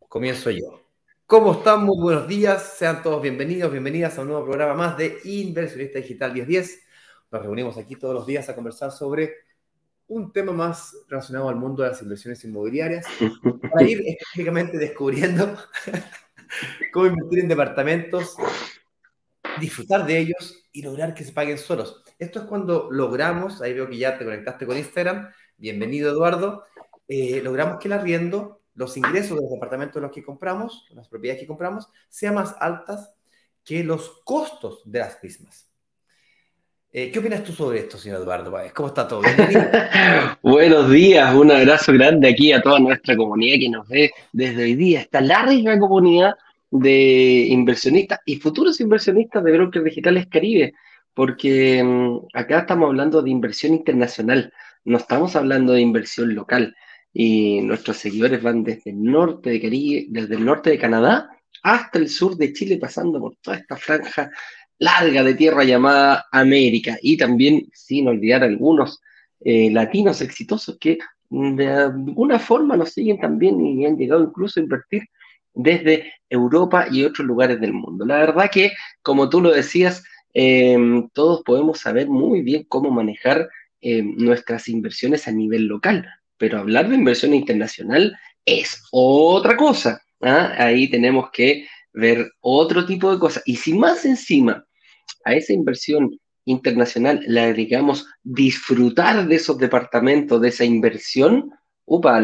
Comienzo yo. ¿Cómo están? Muy buenos días. Sean todos bienvenidos, bienvenidas a un nuevo programa más de Inversionista Digital 1010. Nos reunimos aquí todos los días a conversar sobre un tema más relacionado al mundo de las inversiones inmobiliarias para ir específicamente descubriendo cómo invertir en departamentos, disfrutar de ellos y lograr que se paguen solos. Esto es cuando logramos, ahí veo que ya te conectaste con Instagram, bienvenido Eduardo, logramos que el arriendo, los ingresos de los departamentos en los que compramos, las propiedades que compramos, sean más altas que los costos de las mismas. ¿Qué opinas tú sobre esto, señor Eduardo Páez? ¿Cómo está todo? Bienvenido. Buenos días, un abrazo grande aquí a toda nuestra comunidad que nos ve desde hoy día, esta larga comunidad de inversionistas y futuros inversionistas de Brokers Digitales Caribe, porque acá estamos hablando de inversión internacional, no estamos hablando de inversión local, y nuestros seguidores van desde el norte de Caribe, desde el norte de Canadá hasta el sur de Chile, pasando por toda esta franja larga de tierra llamada América, y también, sin olvidar algunos latinos exitosos que de alguna forma nos siguen también y han llegado incluso a invertir desde Europa y otros lugares del mundo. La verdad que, como tú lo decías, todos podemos saber muy bien cómo manejar nuestras inversiones a nivel local, pero hablar de inversión internacional es otra cosa. ¿Ah? Ahí tenemos que ver otro tipo de cosas. Y si más encima a esa inversión internacional le agregamos disfrutar de esos departamentos, de esa inversión, upa,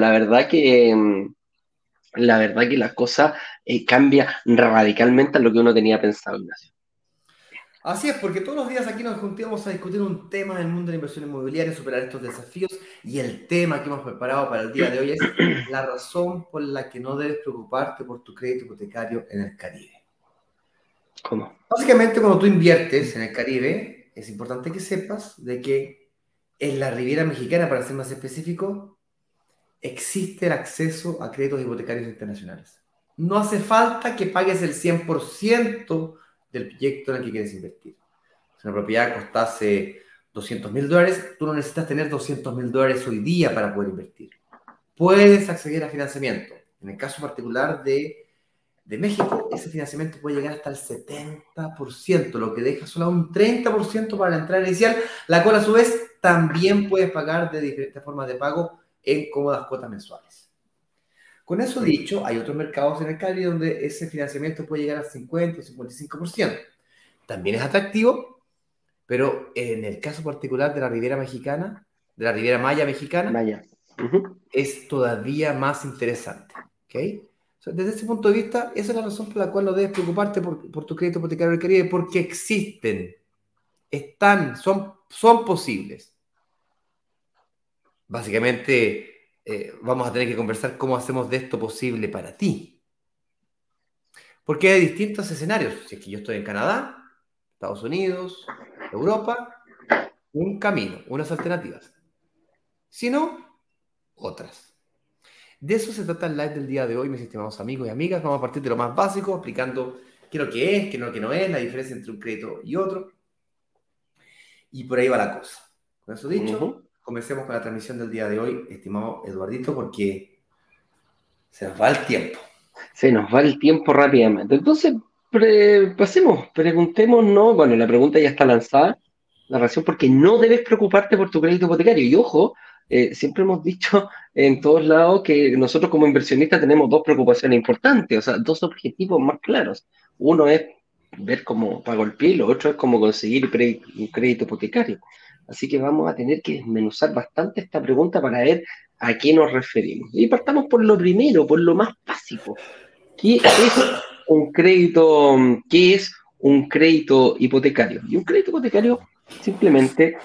la verdad que la cosa cambia radicalmente a lo que uno tenía pensado, Ignacio. Así es, porque todos los días aquí nos juntamos a discutir un tema del mundo de la inversión inmobiliaria, superar estos desafíos, y el tema que hemos preparado para el día de hoy es la razón por la que no debes preocuparte por tu crédito hipotecario en el Caribe. ¿Cómo? Básicamente, cuando tú inviertes en el Caribe, es importante que sepas de que en la Riviera Mexicana, para ser más específico, existe el acceso a créditos hipotecarios internacionales. No hace falta que pagues el 100% del proyecto en el que quieres invertir. Si una propiedad costase $200,000, tú no necesitas tener $200,000 hoy día para poder invertir. Puedes acceder a financiamiento. En el caso particular de México, ese financiamiento puede llegar hasta el 70%, lo que deja solo un 30% para la entrada inicial, la cual a su vez también puedes pagar de diferentes formas de pago en cómodas cuotas mensuales. Con eso dicho, hay otros mercados en el Caribe donde ese financiamiento puede llegar al 50 o 55%. También es atractivo, pero en el caso particular de la Riviera Mexicana, de la Riviera Maya Mexicana, Vaya. Uh-huh. es todavía más interesante. ¿Okay? Desde ese punto de vista, esa es la razón por la cual no debes preocuparte por tu crédito hipotecario del Caribe, porque existen, están, son posibles. Básicamente, vamos a tener que conversar cómo hacemos de esto posible para ti. Porque hay distintos escenarios. Si es que yo estoy en Canadá, Estados Unidos, Europa, un camino, unas alternativas. Si no, otras. De eso se trata el live del día de hoy, mis estimados amigos y amigas. Vamos a partir de lo más básico, explicando qué es lo que es, qué es lo que no es, la diferencia entre un crédito y otro. Y por ahí va la cosa. Con eso dicho, Uh-huh. comencemos con la transmisión del día de hoy, estimado Eduardito, porque se nos va el tiempo. Se nos va el tiempo rápidamente. Entonces, preguntémonos, bueno, la pregunta ya está lanzada, la razón por qué no debes preocuparte por tu crédito hipotecario. Y ojo, siempre hemos dicho en todos lados que nosotros como inversionistas tenemos dos preocupaciones importantes, o sea, dos objetivos más claros. Uno es ver cómo pago el pie y lo otro es cómo conseguir un crédito hipotecario. Así que vamos a tener que desmenuzar bastante esta pregunta para ver a qué nos referimos. Y partamos por lo primero, por lo más básico. ¿Qué es un crédito, qué es un crédito hipotecario? Y un crédito hipotecario simplemente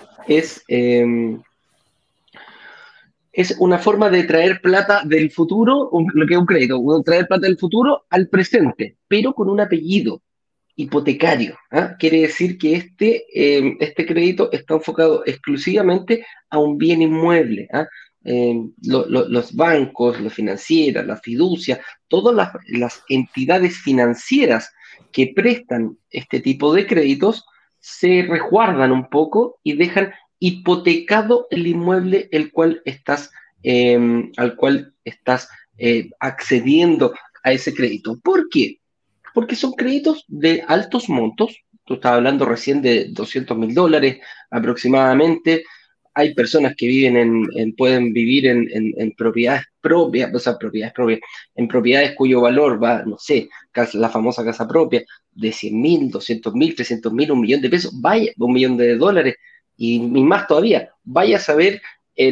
es una forma de traer plata del futuro, lo que es un crédito, traer plata del futuro al presente, pero con un apellido hipotecario. ¿Ah? Quiere decir que este crédito está enfocado exclusivamente a un bien inmueble. ¿Ah? Los bancos, las financieras, las fiducias, todas las entidades financieras que prestan este tipo de créditos se resguardan un poco y dejan hipotecado el inmueble al cual estás accediendo a ese crédito. ¿Por qué? Porque son créditos de altos montos. Tú estabas hablando recién de $200.000 aproximadamente. Hay personas que viven pueden vivir en propiedades propias, o sea, propiedades propias, en propiedades cuyo valor va, no sé, la famosa casa propia, de 100.000, 200.000, 300.000, 1 millón de pesos, vaya, $1 millón, y más todavía, vaya a saber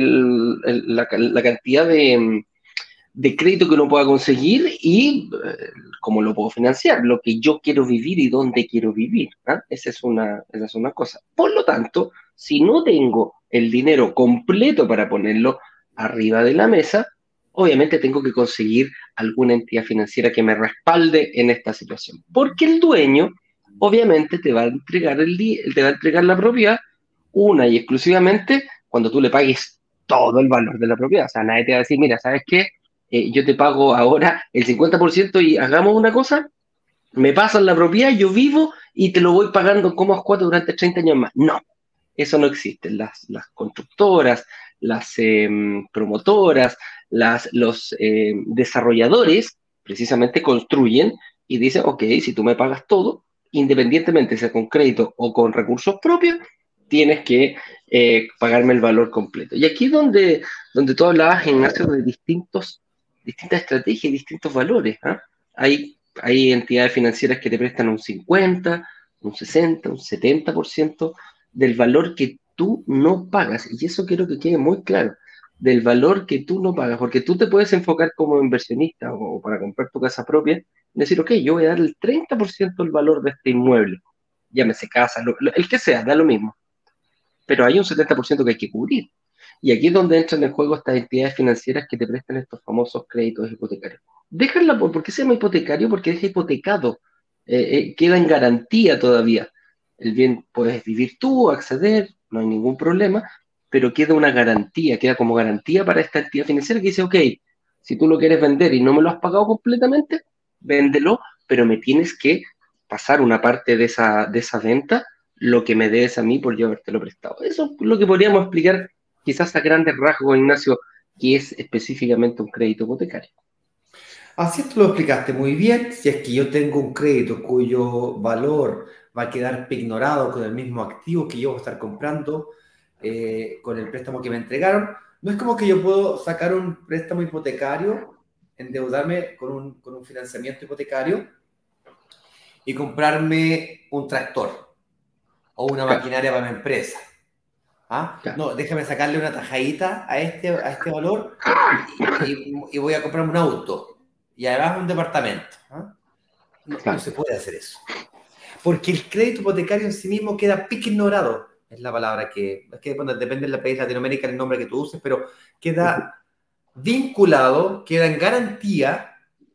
la cantidad de crédito que uno pueda conseguir y cómo lo puedo financiar, lo que yo quiero vivir y dónde quiero vivir. ¿Ah? Esa es una cosa. Por lo tanto, si no tengo el dinero completo para ponerlo arriba de la mesa, obviamente tengo que conseguir alguna entidad financiera que me respalde en esta situación. Porque el dueño, obviamente, te va a entregar te va a entregar la propiedad una y exclusivamente cuando tú le pagues todo el valor de la propiedad. O sea, nadie te va a decir, mira, ¿sabes qué? Yo te pago ahora el 50% y hagamos una cosa, me pasan la propiedad, yo vivo y te lo voy pagando como a cuatro durante 30 años más. No, eso no existe. Las constructoras, las promotoras, los desarrolladores precisamente construyen y dicen, ok, si tú me pagas todo, independientemente sea con crédito o con recursos propios, tienes que pagarme el valor completo. Y aquí es donde tú hablabas, Ignacio, de distintas estrategias y distintos valores. ¿Ah? Hay entidades financieras que te prestan un 50, un 60, un 70% del valor que tú no pagas. Y eso quiero que quede muy claro, del valor que tú no pagas, porque tú te puedes enfocar como inversionista o para comprar tu casa propia, decir, ok, yo voy a dar el 30% del valor de este inmueble, llámese casa, el que sea, da lo mismo, pero hay un 70% que hay que cubrir. Y aquí es donde entran en juego estas entidades financieras que te prestan estos famosos créditos hipotecarios. Déjala, ¿por qué se llama hipotecario? Porque deja hipotecado, queda en garantía todavía. El bien puedes vivir tú, acceder, no hay ningún problema, pero queda una garantía, queda como garantía para esta entidad financiera que dice, ok, si tú lo quieres vender y no me lo has pagado completamente, véndelo, pero me tienes que pasar una parte de esa venta lo que me debes a mí por yo habértelo prestado. Eso es lo que podríamos explicar quizás a grandes rasgos, Ignacio, que es específicamente un crédito hipotecario. Así tú lo explicaste muy bien. Si es que yo tengo un crédito cuyo valor va a quedar pignorado con el mismo activo que yo voy a estar comprando con el préstamo que me entregaron, no es como que yo puedo sacar un préstamo hipotecario, endeudarme con un financiamiento hipotecario y comprarme un tractor o una Claro, maquinaria para mi empresa. ¿Ah? claro, No, déjame sacarle una tajadita a este valor y voy a comprarme un auto y además un departamento. ¿Ah? No, no claro. se puede hacer eso. Porque el crédito hipotecario en sí mismo queda ignorado. Es la palabra es que bueno, depende del país, Latinoamérica, el nombre que tú uses, pero Uh-huh. queda vinculado, queda en garantía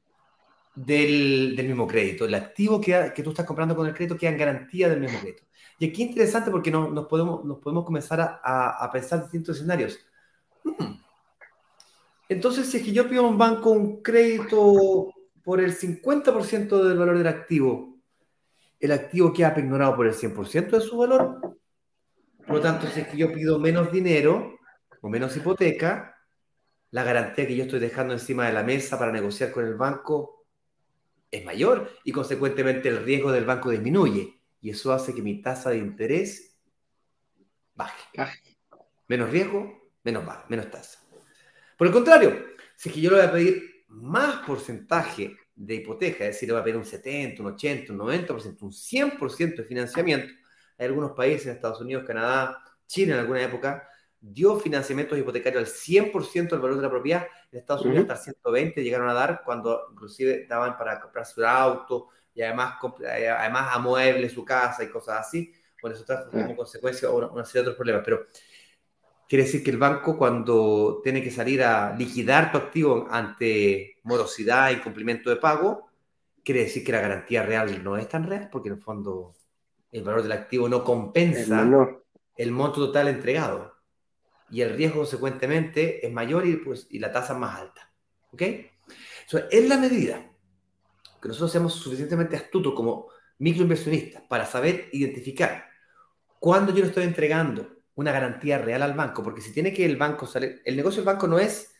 del mismo crédito. El activo que tú estás comprando con el crédito queda en garantía del mismo crédito. Y aquí es interesante porque nos podemos comenzar a pensar distintos escenarios. Hmm. Entonces, si es que yo pido a un banco un crédito por el 50% del valor del activo, el activo queda pignorado por el 100% de su valor. Por lo tanto, si es que yo pido menos dinero o menos hipoteca, la garantía que yo estoy dejando encima de la mesa para negociar con el banco es mayor y consecuentemente el riesgo del banco disminuye. Y eso hace que mi tasa de interés baje. Ah, Menos riesgo, menos tasa. Por el contrario, si es que yo le voy a pedir más porcentaje de hipoteca, es decir, le voy a pedir un 70, un 80, un 90%, un 100% de financiamiento, hay algunos países, Estados Unidos, Canadá, Chile en alguna época, dio financiamientos hipotecarios al 100% del valor de la propiedad, en Estados Unidos uh-huh. hasta el 120 llegaron a dar cuando inclusive daban para comprar su auto y además amueble su casa y cosas así. Bueno, eso trajo Ah, como consecuencia una serie de otros problemas, pero quiere decir que el banco cuando tiene que salir a liquidar tu activo ante morosidad, incumplimiento de pago, quiere decir que la garantía real no es tan real porque en el fondo el valor del activo no es compensa menor. el monto total entregado y el riesgo consecuentemente es mayor y la tasa es más alta. ¿Ok? Entonces, en la medida que nosotros seamos suficientemente astutos como microinversionistas para saber identificar cuando yo le estoy entregando una garantía real al banco, porque si tiene que el banco salir, el negocio del banco no es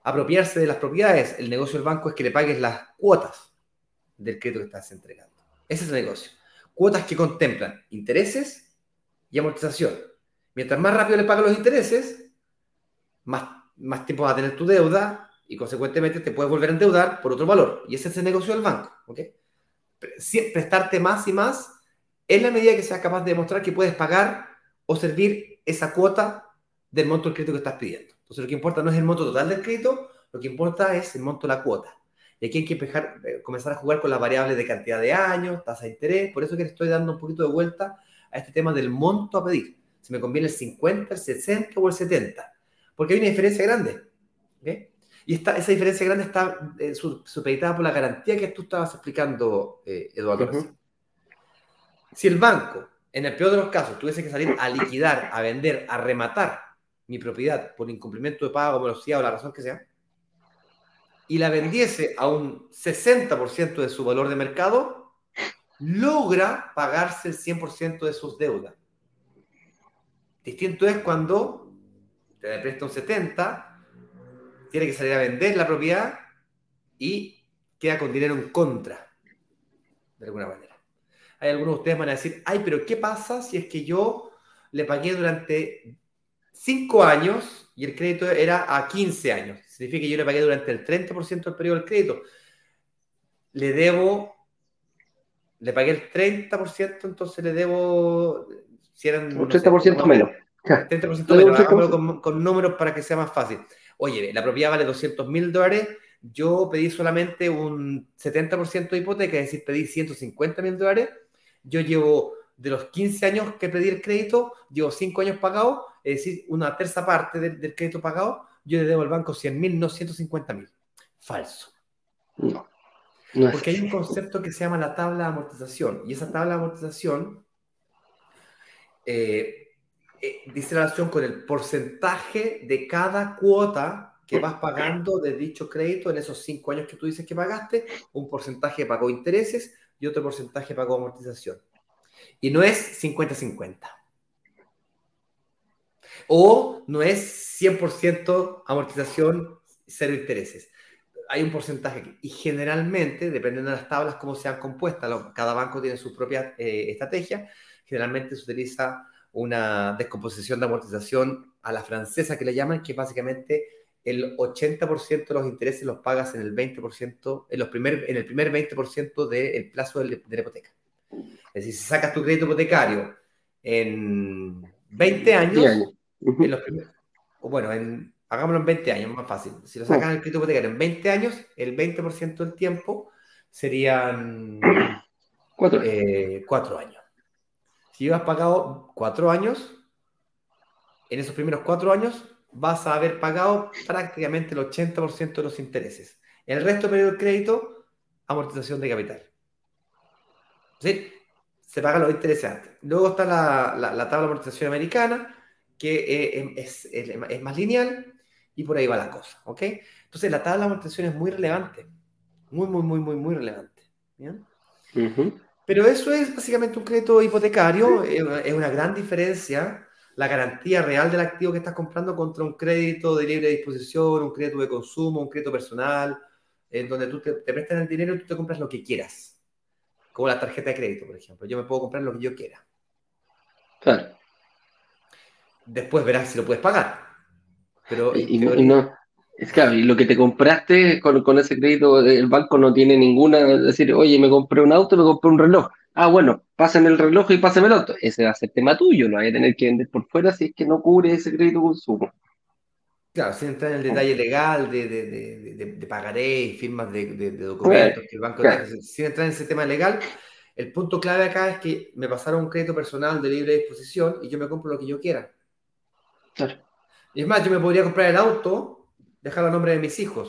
apropiarse de las propiedades. El negocio del banco es que le pagues las cuotas del crédito que estás entregando. Ese es el negocio. Cuotas que contemplan intereses y amortización. Mientras más rápido le pagas los intereses, más tiempo vas a tener tu deuda y consecuentemente te puedes volver a endeudar por otro valor. Y ese es el negocio del banco. ¿Okay? Prestarte más y más en la medida que seas capaz de demostrar que puedes pagar o servir esa cuota del monto del crédito que estás pidiendo. Entonces lo que importa no es el monto total del crédito, lo que importa es el monto de la cuota. Y aquí hay que comenzar a jugar con las variables de cantidad de años, tasa de interés. Por eso que le estoy dando un poquito de vuelta a este tema del monto a pedir. Si me conviene el 50, el 60 o el 70. Porque hay una diferencia grande. ¿Okay? Y esa diferencia grande está supeditada por la garantía que tú estabas explicando, Eduardo. Uh-huh. Si el banco, en el peor de los casos, tuviese que salir a liquidar, a vender, a rematar mi propiedad por incumplimiento de pago, velocidad o la razón que sea, y la vendiese a un 60% de su valor de mercado, logra pagarse el 100% de sus deudas. Distinto es cuando te presta un 70%, tiene que salir a vender la propiedad y queda con dinero en contra, de alguna manera. Hay algunos de ustedes van a decir, ay, pero ¿qué pasa si es que yo le pagué durante 5 años y el crédito era a 15 años? Significa que yo le pagué durante el 30% del periodo del crédito. Le pagué el 30%, entonces le debo, si eran, Un no sé, 30% menos. el 30% Te doy un menos, hagámoslo 30%. con números para que sea más fácil. Oye, la propiedad vale $200,000, yo pedí solamente un 70% de hipoteca, es decir, pedí $150,000. Yo llevo, de los 15 años que pedí el crédito, llevo 5 años pagados, es decir, una tercera parte del crédito pagado, yo le debo al banco 100,000, no 150,000. Falso. No, no es Porque hay un así. concepto que se llama la tabla de amortización, y esa tabla de amortización dice relación con el porcentaje de cada cuota que vas pagando de dicho crédito en esos 5 años que tú dices que pagaste. Un porcentaje pagó intereses y otro porcentaje pagó amortización. Y no es 50-50. O no es 100% amortización, cero intereses. Hay un porcentaje. Y generalmente, dependiendo de las tablas, cómo sean compuestas, cada banco tiene su propia estrategia. Generalmente se utiliza una descomposición de amortización a la francesa que le llaman, que es básicamente el 80% de los intereses los pagas en el 20%, en el primer 20% del plazo de la hipoteca. Es decir, si sacas tu crédito hipotecario en 20 10 años. años, en Uh-huh. los primeros, bueno, hagámoslo en 20 años, más fácil. Si lo sacas No, el crédito hipotecario en 20 años, el 20% del tiempo serían 4 años. 4 años. Si llevas pagado 4 años, en esos primeros 4 años vas a haber pagado prácticamente el 80% de los intereses. El resto del periodo del crédito, amortización de capital. ¿Sí? Se pagan los intereses antes. Luego está la tabla de amortización americana, que es más lineal, y por ahí va la cosa. ¿Ok? Entonces, la tabla de amortización es muy relevante. Muy, muy, muy, muy, muy relevante. ¿Bien? Uh-huh. Pero eso es básicamente un crédito hipotecario. Es una gran diferencia la garantía real del activo que estás comprando contra un crédito de libre disposición, un crédito de consumo, un crédito personal, en donde tú te prestan el dinero y tú te compras lo que quieras. Como la tarjeta de crédito, por ejemplo. Yo me puedo comprar lo que yo quiera. Claro. Después verás si lo puedes pagar. Pero en Y teoría, no, es claro, y lo que te compraste con ese crédito, el banco no tiene ninguna, decir, oye, me compré un auto, me compré un reloj. Ah, bueno, pásame el reloj y pásame el auto. Ese va a ser tema tuyo, lo vas a tener que vender por fuera si es que no cubre ese crédito consumo. claro, sin entrar en el detalle legal de pagaré y firmas de Claro, documentos que el banco te claro, deja, sin entrar en ese tema legal, el punto clave acá es que me pasaron un crédito personal de libre disposición y yo me compro lo que yo quiera. claro. Y es más, yo me podría comprar el auto, dejarlo a nombre de mis hijos.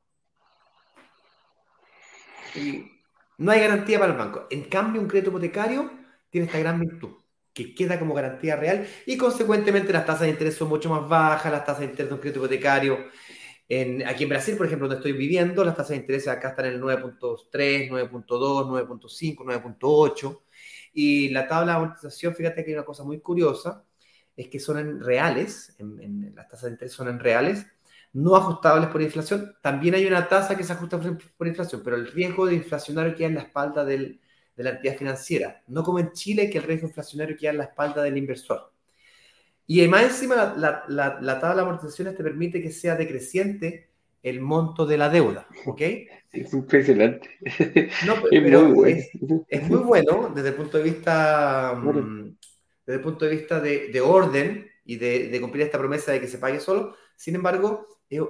Y no hay garantía para el banco. En cambio, un crédito hipotecario tiene esta gran virtud, que queda como garantía real y consecuentemente las tasas de interés son mucho más bajas, las tasas de interés de un crédito hipotecario. Aquí en Brasil, por ejemplo, donde estoy viviendo, las tasas de interés acá están en el 9.3, 9.2, 9.5, 9.8. Y la tabla de amortización, fíjate que hay una cosa muy curiosa, es que son en reales, las tasas de interés son en reales, no ajustables por inflación. También hay una tasa que se ajusta por inflación, pero el riesgo de inflacionario queda en la espalda de la entidad financiera. No como en Chile, que el riesgo inflacionario queda en la espalda del inversor. Y además encima la tabla de amortizaciones te permite que sea decreciente el monto de la deuda, ¿ok? Es impresionante. No, Es muy pero bueno. es muy bueno desde el punto de vista, Claro, desde el punto de vista de orden y de cumplir esta promesa de que se pague solo. Sin embargo,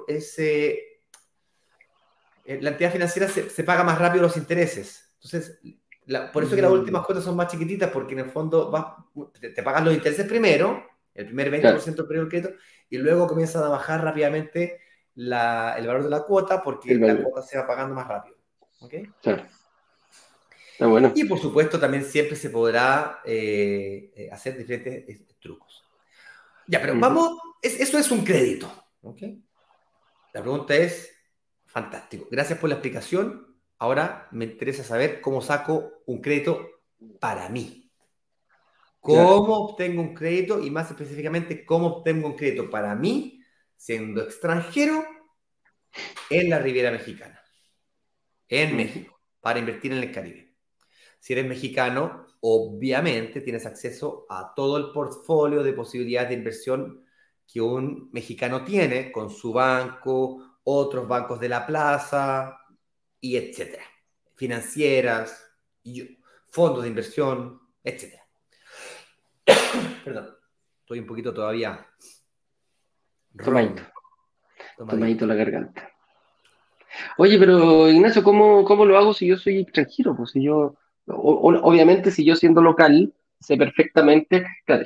la entidad financiera se paga más rápido los intereses. Entonces, por eso que las mm, últimas cuotas son más chiquititas, porque en el fondo te pagas los intereses primero, el primer claro, 20% del periodo del crédito, y luego comienzan a bajar rápidamente el valor de la cuota, el porque la valor. cuota se va pagando más rápido. ¿Ok? Claro, está bueno. Y por supuesto, también siempre se podrá hacer diferentes trucos. Ya, pero Ujú. vamos, eso es un crédito. ¿Ok? La pregunta es, fantástico. Gracias por la explicación. Ahora me interesa saber cómo saco un crédito para mí. Claro. ¿Cómo obtengo un crédito? Y más específicamente, ¿cómo obtengo un crédito para mí, siendo extranjero, en la Riviera Mexicana, en Ujú. México, para invertir en el Caribe? Si eres mexicano, obviamente tienes acceso a todo el portfolio de posibilidades de inversión que un mexicano tiene con su banco, otros bancos de la plaza y etcétera. Financieras, y fondos de inversión, etcétera. Perdón, estoy un poquito todavía Tomadito, ronco, tomadito. tomadito la garganta. Oye, pero Ignacio, ¿cómo lo hago si yo soy extranjero? Pues si yo, obviamente, si yo siendo local, sé perfectamente, claro,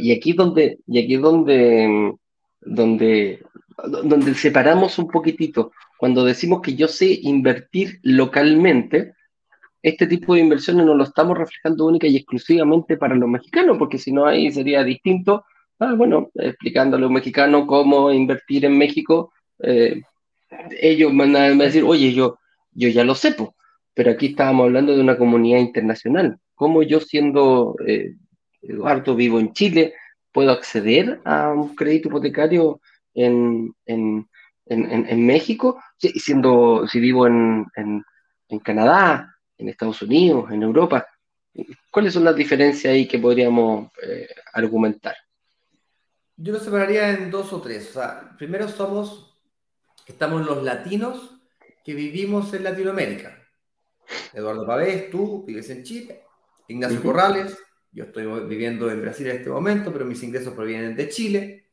donde, donde separamos un poquitito. Cuando decimos que yo sé invertir localmente, este tipo de inversiones no lo estamos reflejando única y exclusivamente para los mexicanos, porque si no ahí sería distinto. Ah, bueno, explicándole a un mexicano cómo invertir en México, ellos van a decir, oye, yo ya lo sé, po, pero aquí estábamos hablando de una comunidad internacional. ¿Cómo yo siendo Eduardo, vivo en Chile, puedo acceder a un crédito hipotecario en, en, en México? Si vivo en Canadá, en Estados Unidos, en Europa, ¿cuáles son las diferencias ahí que podríamos argumentar? Yo lo separaría en dos o tres. O sea, primero estamos los latinos que vivimos en Latinoamérica. Eduardo Pavés, tú vives en Chile. Ignacio Ujú, Corrales, yo estoy viviendo en Brasil en este momento, pero mis ingresos provienen de Chile.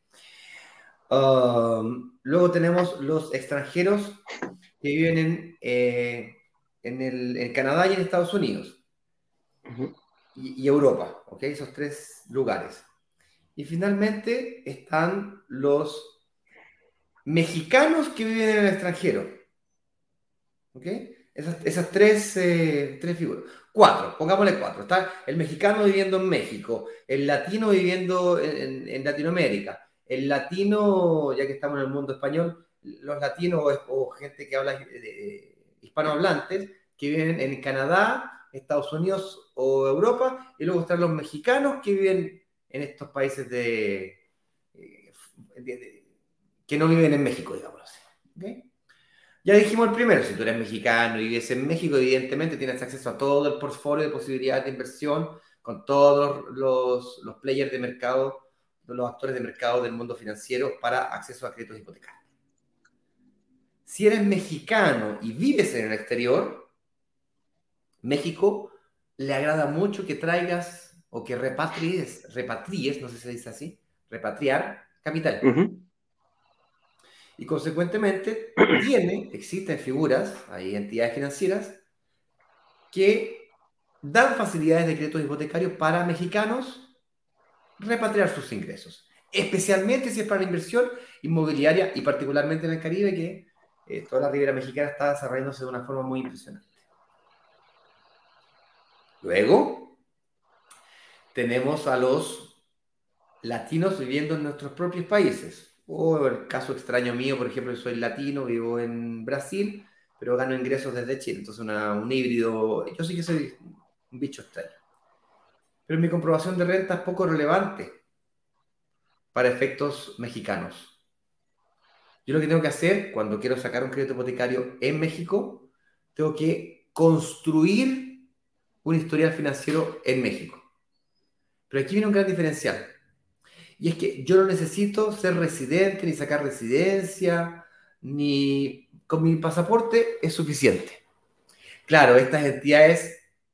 Luego tenemos los extranjeros que viven en Canadá y en Estados Unidos ujú, y Europa, ¿ok? Esos tres lugares. Y finalmente están los mexicanos que viven en el extranjero, ¿ok? Esas tres figuras. Cuatro, pongámosle cuatro. Está el mexicano viviendo en México, el latino viviendo en Latinoamérica, el latino, ya que estamos en el mundo español, los latinos o gente que habla hispanohablantes que viven en Canadá, Estados Unidos o Europa, y luego están los mexicanos que viven en estos países eh, que no viven en México, digamos así. ¿Ok? Ya dijimos el primero, si tú eres mexicano y vives en México, evidentemente tienes acceso a todo el portfolio de posibilidades de inversión con todos los players de mercado, los actores de mercado del mundo financiero para acceso a créditos hipotecarios. Si eres mexicano y vives en el exterior, México le agrada mucho que traigas o que repatries, no sé si se dice así, repatriar capital. ujú. Y consecuentemente existen figuras, hay entidades financieras que dan facilidades de créditos hipotecarios para mexicanos repatriar sus ingresos, especialmente si es para la inversión inmobiliaria y particularmente en el Caribe, que toda la Ribera Mexicana está desarrollándose de una forma muy impresionante. Luego tenemos a los latinos viviendo en nuestros propios países. O el caso extraño mío, por ejemplo, yo soy latino, vivo en Brasil, pero gano ingresos desde Chile. Entonces, un híbrido. Yo sí que soy un bicho extraño. Pero mi comprobación de renta es poco relevante para efectos mexicanos. Yo lo que tengo que hacer cuando quiero sacar un crédito hipotecario en México, tengo que construir un historial financiero en México. Pero aquí viene un gran diferencial. Y es que yo no necesito ser residente, ni sacar residencia, ni con mi pasaporte es suficiente. Claro, estas entidades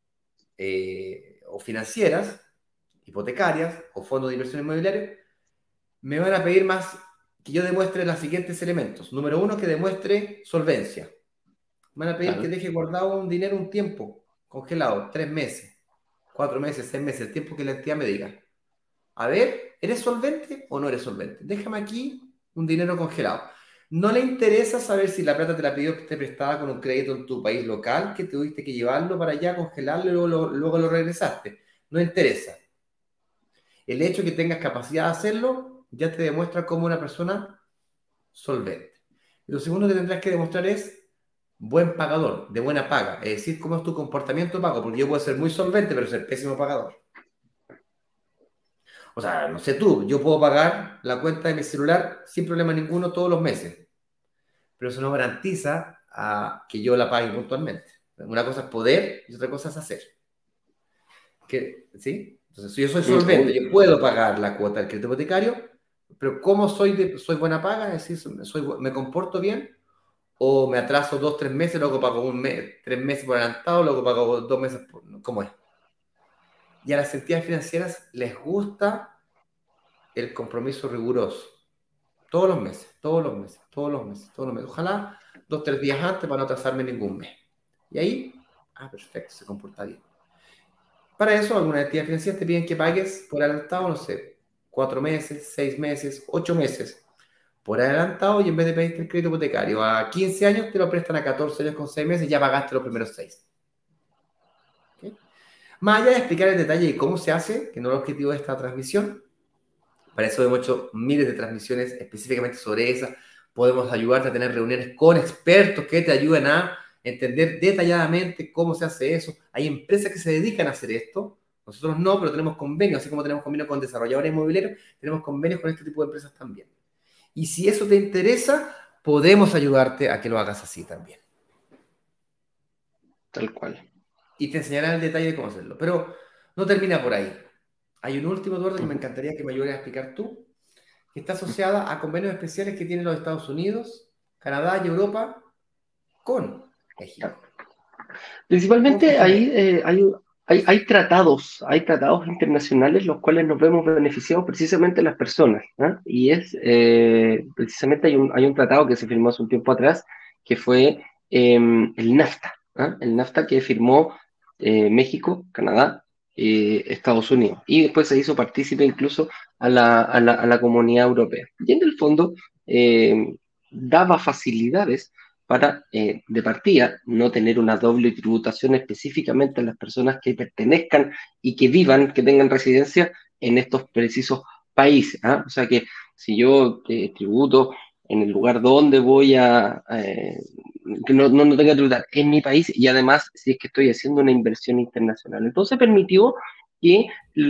o financieras, hipotecarias o fondos de inversión inmobiliaria, me van a pedir más que yo demuestre los siguientes elementos. Número uno, que demuestre solvencia. Me van a pedir que Claro, deje guardado un dinero un tiempo, congelado, 3 meses, 4 meses, 6 meses, el tiempo que la entidad me diga. A ver, ¿eres solvente o no eres solvente? Déjame aquí un dinero congelado. No le interesa saber si la plata te la pidió que esté prestada con un crédito en tu país local, que tuviste que llevarlo para allá, congelarlo y luego lo regresaste. No interesa. El hecho de que tengas capacidad de hacerlo ya te demuestra como una persona solvente. Y lo segundo que tendrás que demostrar es buen pagador, de buena paga. Es decir, cómo es tu comportamiento de pago, porque yo puedo ser muy solvente, pero ser pésimo pagador. O sea, no sé tú, yo puedo pagar la cuenta de mi celular sin problema ninguno todos los meses, pero eso no garantiza que yo la pague puntualmente. Una cosa es poder y otra cosa es hacer. ¿Sí? Entonces, si yo soy solvente, obvio. yo puedo pagar la cuota del crédito hipotecario, pero ¿cómo soy buena paga? Es decir, me comporto bien o me atraso 2, 3 meses, luego pago 3 meses por adelantado, luego pago 2 meses ¿cómo es? Y a las entidades financieras les gusta el compromiso riguroso. Todos los meses, todos los meses, todos los meses, todos los meses. Ojalá 2, 3 días antes para no atrasarme ningún mes. Y ahí, perfecto, se comporta bien. Para eso, algunas entidades financieras te piden que pagues por adelantado, no sé, 4 meses, 6 meses, 8 meses por adelantado y en vez de pedirte el crédito hipotecario a 15 años, te lo prestan a 14 años con 6 meses y ya pagaste los primeros 6. ¿Ok? Más allá de explicar el detalle de cómo se hace, que no es el objetivo de esta transmisión, para eso hemos hecho miles de transmisiones específicamente sobre esa. Podemos ayudarte a tener reuniones con expertos que te ayuden a entender detalladamente cómo se hace eso. Hay empresas que se dedican a hacer esto. Nosotros no, pero tenemos convenios, así como tenemos convenios con desarrolladores inmobiliarios, tenemos convenios con este tipo de empresas también. Y si eso te interesa, podemos ayudarte a que lo hagas así también. Tal cual. Y te enseñarán el detalle de cómo hacerlo. Pero no termina por ahí. Hay un último, Eduardo, que me Ujú. encantaría que me ayudes a explicar tú, que está asociada a convenios especiales que tienen los Estados Unidos, Canadá y Europa con México. ¿Cómo Principalmente funciona ahí esto? hay tratados internacionales los cuales nos vemos beneficiados precisamente las personas, ¿ah? Y es precisamente hay un tratado que se firmó hace un tiempo atrás que fue el NAFTA, ¿ah? El NAFTA que firmó México, Canadá, Estados Unidos. Y después se hizo partícipe incluso a la comunidad europea. Y en el fondo eh, daba facilidades para, de partida, no tener una doble tributación específicamente a las personas que pertenezcan y que vivan, que tengan residencia en estos precisos países. ¿Ah? O sea que si yo tributo en el lugar donde voy que no tenga que tributar en mi país y además si es que estoy haciendo una inversión internacional. Entonces permitió que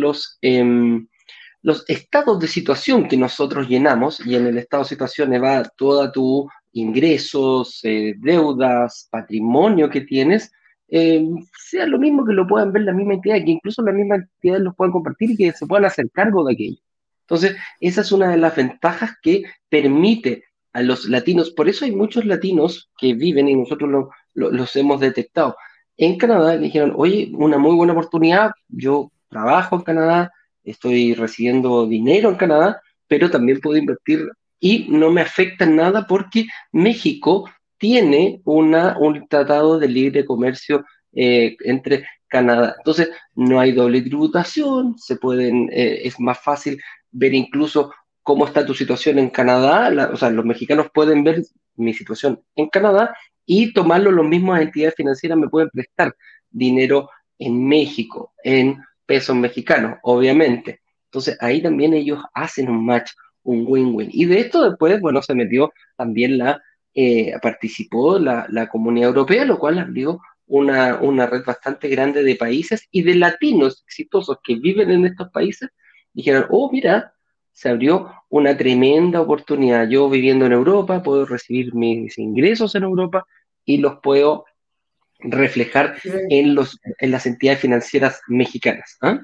los estados de situación que nosotros llenamos, y en el estado de situación va toda tu ingresos, deudas, patrimonio que tienes, sea lo mismo que lo puedan ver la misma entidad, que incluso la misma entidad los puedan compartir y que se puedan hacer cargo de aquello. Entonces, esa es una de las ventajas que permite a los latinos, por eso hay muchos latinos que viven y nosotros los hemos detectado. En Canadá dijeron, oye, una muy buena oportunidad, yo trabajo en Canadá, estoy recibiendo dinero en Canadá, pero también puedo invertir y no me afecta en nada porque México tiene un tratado de libre comercio entre Canadá. Entonces, no hay doble tributación, es más fácil ver incluso cómo está tu situación en Canadá, o sea, los mexicanos pueden ver mi situación en Canadá y tomarlo los mismos entidades financieras me pueden prestar dinero en México, en pesos mexicanos, obviamente. Entonces ahí también ellos hacen un match, un win-win. Y de esto después, bueno, se metió también participó la Comunidad Europea, lo cual abrió una red bastante grande de países y de latinos exitosos que viven en estos países. Dijeron, oh, mira, se abrió una tremenda oportunidad. Yo viviendo en Europa, puedo recibir mis ingresos en Europa y los puedo reflejar en las entidades financieras mexicanas. ¿Ah?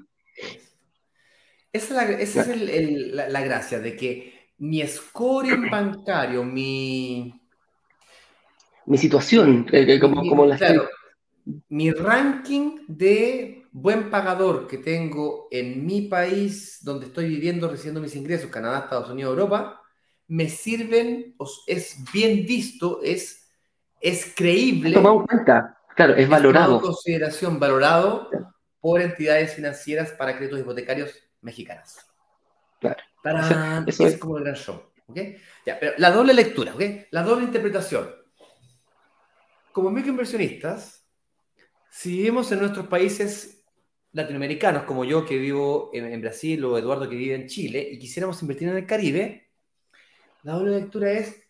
Esa es la gracia, de que mi scoring bancario, Mi situación, como la claro, estoy. mi ranking de buen pagador que tengo en mi país donde estoy viviendo, recibiendo mis ingresos, Canadá, Estados Unidos, Europa, me sirven, es bien visto, es Ha tomado en creíble, cuenta, claro, es es tomado en valorado. consideración, valorado por entidades financieras para créditos hipotecarios mexicanas. Claro. Eso Ese es. es como el gran show. ¿Ok? Ya, pero la doble lectura, ¿ok? La doble interpretación. Como microinversionistas, si vivimos en nuestros países latinoamericanos, como yo que vivo en Brasil o Eduardo que vive en Chile, y quisiéramos invertir en el Caribe, la doble lectura es,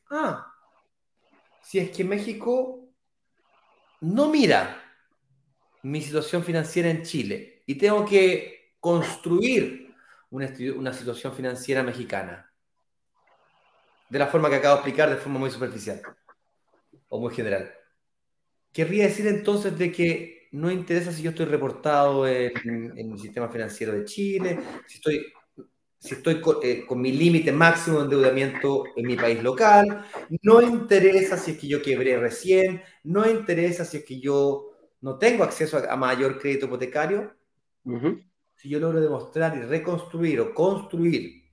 si es que México no mira mi situación financiera en Chile y tengo que construir una situación financiera mexicana, de la forma que acabo de explicar, de forma muy superficial o muy general. Querría decir entonces de que no interesa si yo estoy reportado en el sistema financiero de Chile, si estoy con mi límite máximo de endeudamiento en mi país local, no interesa si es que yo quebré recién, no interesa si es que yo no tengo acceso a mayor crédito hipotecario, Ujú. si yo logro demostrar y reconstruir o construir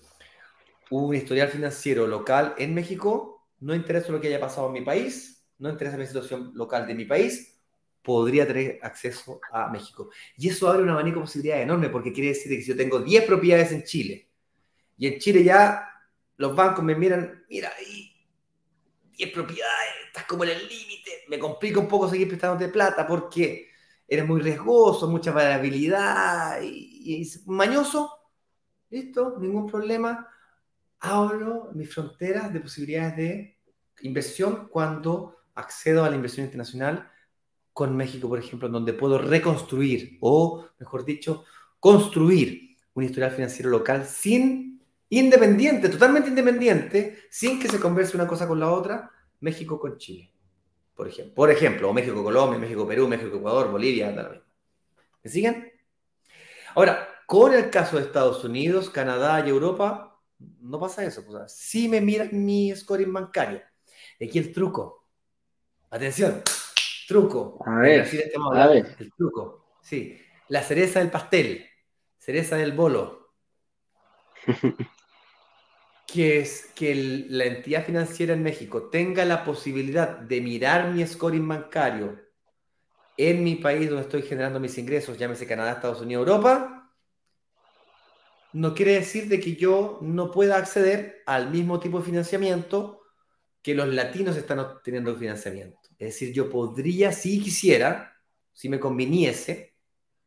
un historial financiero local en México, no interesa lo que haya pasado en mi país, no interesa mi situación local de mi país, podría tener acceso a México. Y eso abre un abanico de posibilidades enorme, porque quiere decir que si yo tengo 10 propiedades en Chile, y en Chile ya los bancos me miran, mira, ahí 10 propiedades, estás como en el límite, me complica un poco seguir prestándote plata porque eres muy riesgoso, mucha variabilidad y mañoso, listo, ningún problema, abro mis fronteras de posibilidades de inversión cuando accedo a la inversión internacional con México, por ejemplo, en donde puedo reconstruir o, mejor dicho, construir un historial financiero local independiente, totalmente independiente, sin que se converse una cosa con la otra, México con Chile, por ejemplo, o México Colombia, México Perú, México Ecuador, Bolivia, da lo mismo. ¿Me siguen? Ahora, con el caso de Estados Unidos, Canadá y Europa, no pasa eso. O sea, sí me miran mi scoring bancario. Aquí el truco. Atención, truco. A En ver, Brasil estamos a hablando. ver. El truco. Sí. La cereza del pastel. Cereza del bolo. Que es que la entidad financiera en México tenga la posibilidad de mirar mi scoring bancario en mi país donde estoy generando mis ingresos, llámese Canadá, Estados Unidos, Europa, no quiere decir de que yo no pueda acceder al mismo tipo de financiamiento que los latinos están obteniendo financiamiento. Es decir, yo podría, si quisiera, si me conviniese,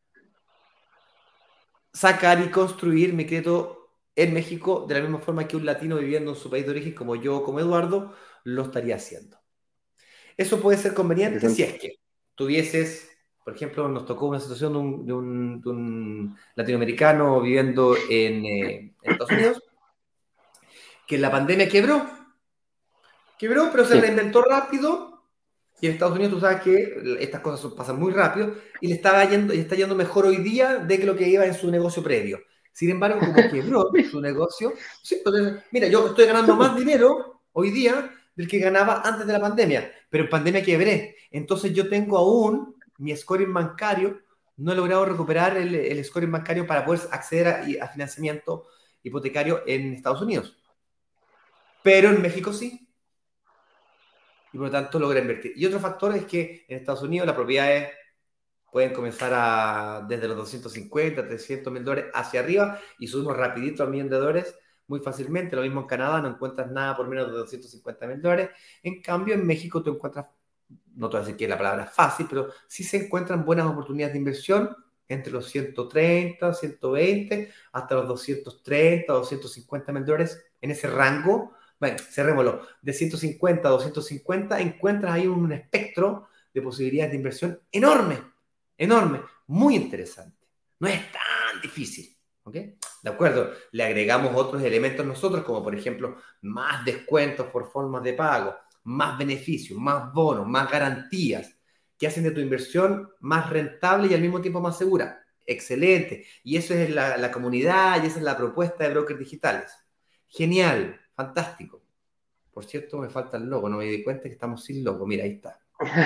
sacar y construir mi crédito en México de la misma forma que un latino viviendo en su país de origen, como yo, como Eduardo, lo estaría haciendo. Eso puede ser conveniente si Interesante. es que tuvieses, por ejemplo, nos tocó una situación de un latinoamericano viviendo en Estados Unidos, que en la pandemia quebró, pero se Sí. reinventó rápido. Y en Estados Unidos tú sabes que estas cosas pasan muy rápido y le está yendo mejor hoy día de que lo que iba en su negocio previo. Sin embargo, como quebró su negocio, sí, entonces, mira, yo estoy ganando más dinero hoy día del que ganaba antes de la pandemia, pero en pandemia quebré. Entonces yo tengo aún mi scoring bancario, no he logrado recuperar el scoring bancario para poder acceder a financiamiento hipotecario en Estados Unidos. Pero en México sí, y por lo tanto logra invertir. Y otro factor es que en Estados Unidos las propiedades pueden comenzar desde los 250, $300,000 hacia arriba y subimos rapidito al $1,000,000 muy fácilmente. Lo mismo en Canadá, no encuentras nada por menos de $250,000. En cambio, en México tú encuentras, no te voy a decir que la palabra es fácil, pero sí se encuentran buenas oportunidades de inversión entre los 130, 120, hasta los 230, $250,000 en ese rango. Bueno, cerrémoslo, de 150 a 250 encuentras ahí un espectro de posibilidades de inversión enorme, enorme, muy interesante. No es tan difícil, ¿Ok? De acuerdo, le agregamos otros elementos nosotros, como por ejemplo, más descuentos por formas de pago, más beneficios, más bonos, más garantías, que hacen de tu inversión más rentable y al mismo tiempo más segura. Excelente. Y eso es la comunidad y esa es la propuesta de brokers digitales. Genial, fantástico. Por cierto, me falta el logo, no me di cuenta que estamos sin logo. Mira, ahí está.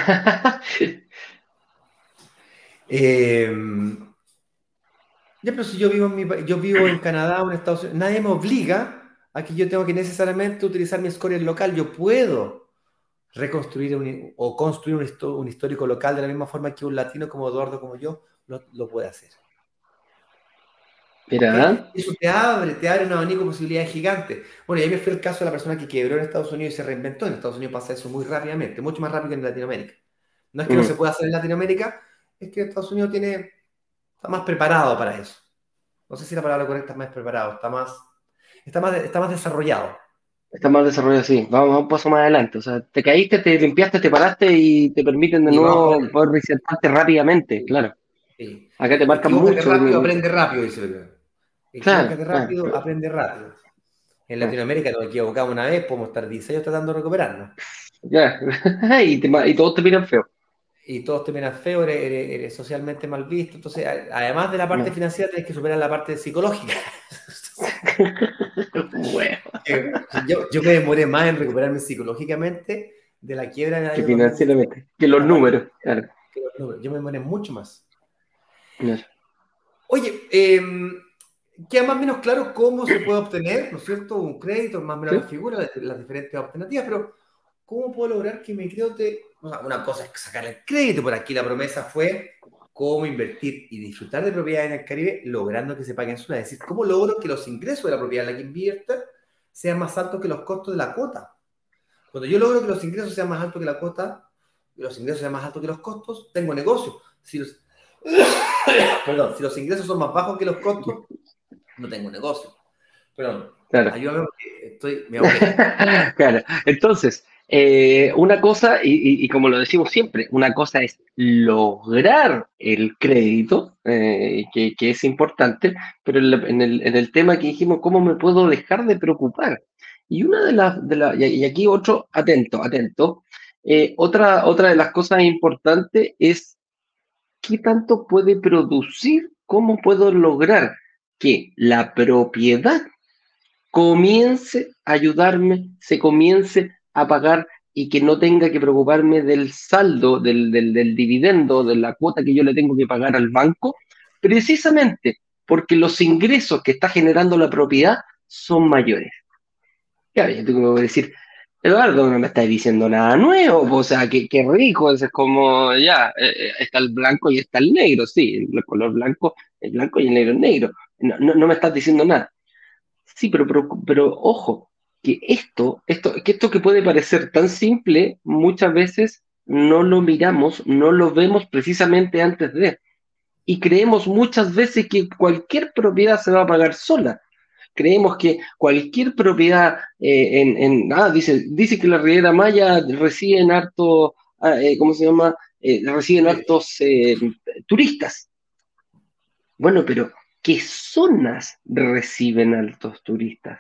Eh, Ya, pero si yo vivo yo vivo en Canadá o en Estados Unidos, nadie me obliga a que yo tenga que necesariamente utilizar mi score local. Yo puedo reconstruir o construir un histórico local de la misma forma que un latino como Eduardo, como yo, lo puede hacer. ¿Ok? Mira, Eso te abre un abanico de posibilidades gigantes. Bueno, y ahí me fue el caso de la persona que quebró en Estados Unidos y se reinventó. En Estados Unidos pasa eso muy rápidamente, mucho más rápido que en Latinoamérica. No es que no se mm, pueda hacer en Latinoamérica, es que Estados Unidos está más preparado para eso. No sé si la palabra correcta es más preparado, está más desarrollado. está más desarrollado así. Vamos a un paso más adelante. O sea, te caíste, te limpiaste, te paraste y te permiten de Y vamos para nuevo adelante. poder resetarte rápidamente, Sí, claro. sí. Acá te marcan Equivócate mucho. rápido, aprende rápido, dice el libro. Claro, Equivócate claro, rápido, aprende rápido. En claro. Latinoamérica nos equivocamos una vez, podemos estar 10 años tratando de recuperarnos. Ya. Y todos te miran feo. Y todos te miran feo, eres socialmente mal visto. Entonces, además de la parte Ya. financiera, tienes que superar la parte psicológica. Bueno, Yo me demoré más en recuperarme psicológicamente de la quiebra en el que año 2016. financieramente, que los La parte números, claro. que los números. Yo me demoré mucho más. Ya. Oye, queda más o menos claro cómo se puede obtener, ¿no es cierto? Un crédito, más o menos ¿Sí? las figuras, las diferentes alternativas, pero ¿cómo puedo lograr que mi crédito o sea, una cosa es sacar el crédito, por aquí la promesa fue cómo invertir y disfrutar de propiedades en el Caribe, logrando que se paguen solas. Es decir, ¿cómo logro que los ingresos de la propiedad en la que invierta sean más altos que los costos de la cuota? Cuando yo logro que los ingresos sean más altos que la cuota, y los ingresos sean más altos que los costos, tengo negocio. Si los, perdón, si los ingresos son más bajos que los costos, no tengo negocio. Perdón, Claro. ayúdame porque me ahogué. Claro. Entonces, una cosa, y como lo decimos siempre, una cosa es lograr el crédito, que es importante, pero en el tema que dijimos, ¿cómo me puedo dejar de preocupar? Y una y aquí otro, atento, atento, otra de las cosas importantes es qué tanto puede producir, cómo puedo lograr que la propiedad comience a ayudarme, se comience a pagar y que no tenga que preocuparme del saldo, del dividendo, de la cuota que yo le tengo que pagar al banco, precisamente porque los ingresos que está generando la propiedad son mayores. Ya, yo tengo que decir, Eduardo, no me estás diciendo nada nuevo, po, o sea, qué rico, es como, ya, está el blanco y está el negro, sí, el color blanco es blanco y el negro es negro. No me estás diciendo nada. Sí, pero ojo, que esto que puede parecer tan simple, muchas veces no lo miramos, no lo vemos precisamente antes de. Y creemos muchas veces que cualquier propiedad se va a pagar sola. Creemos que cualquier propiedad dice que la Riviera Maya reciben harto, ¿cómo se llama? Reciben hartos turistas. Bueno, pero ¿qué zonas reciben altos turistas?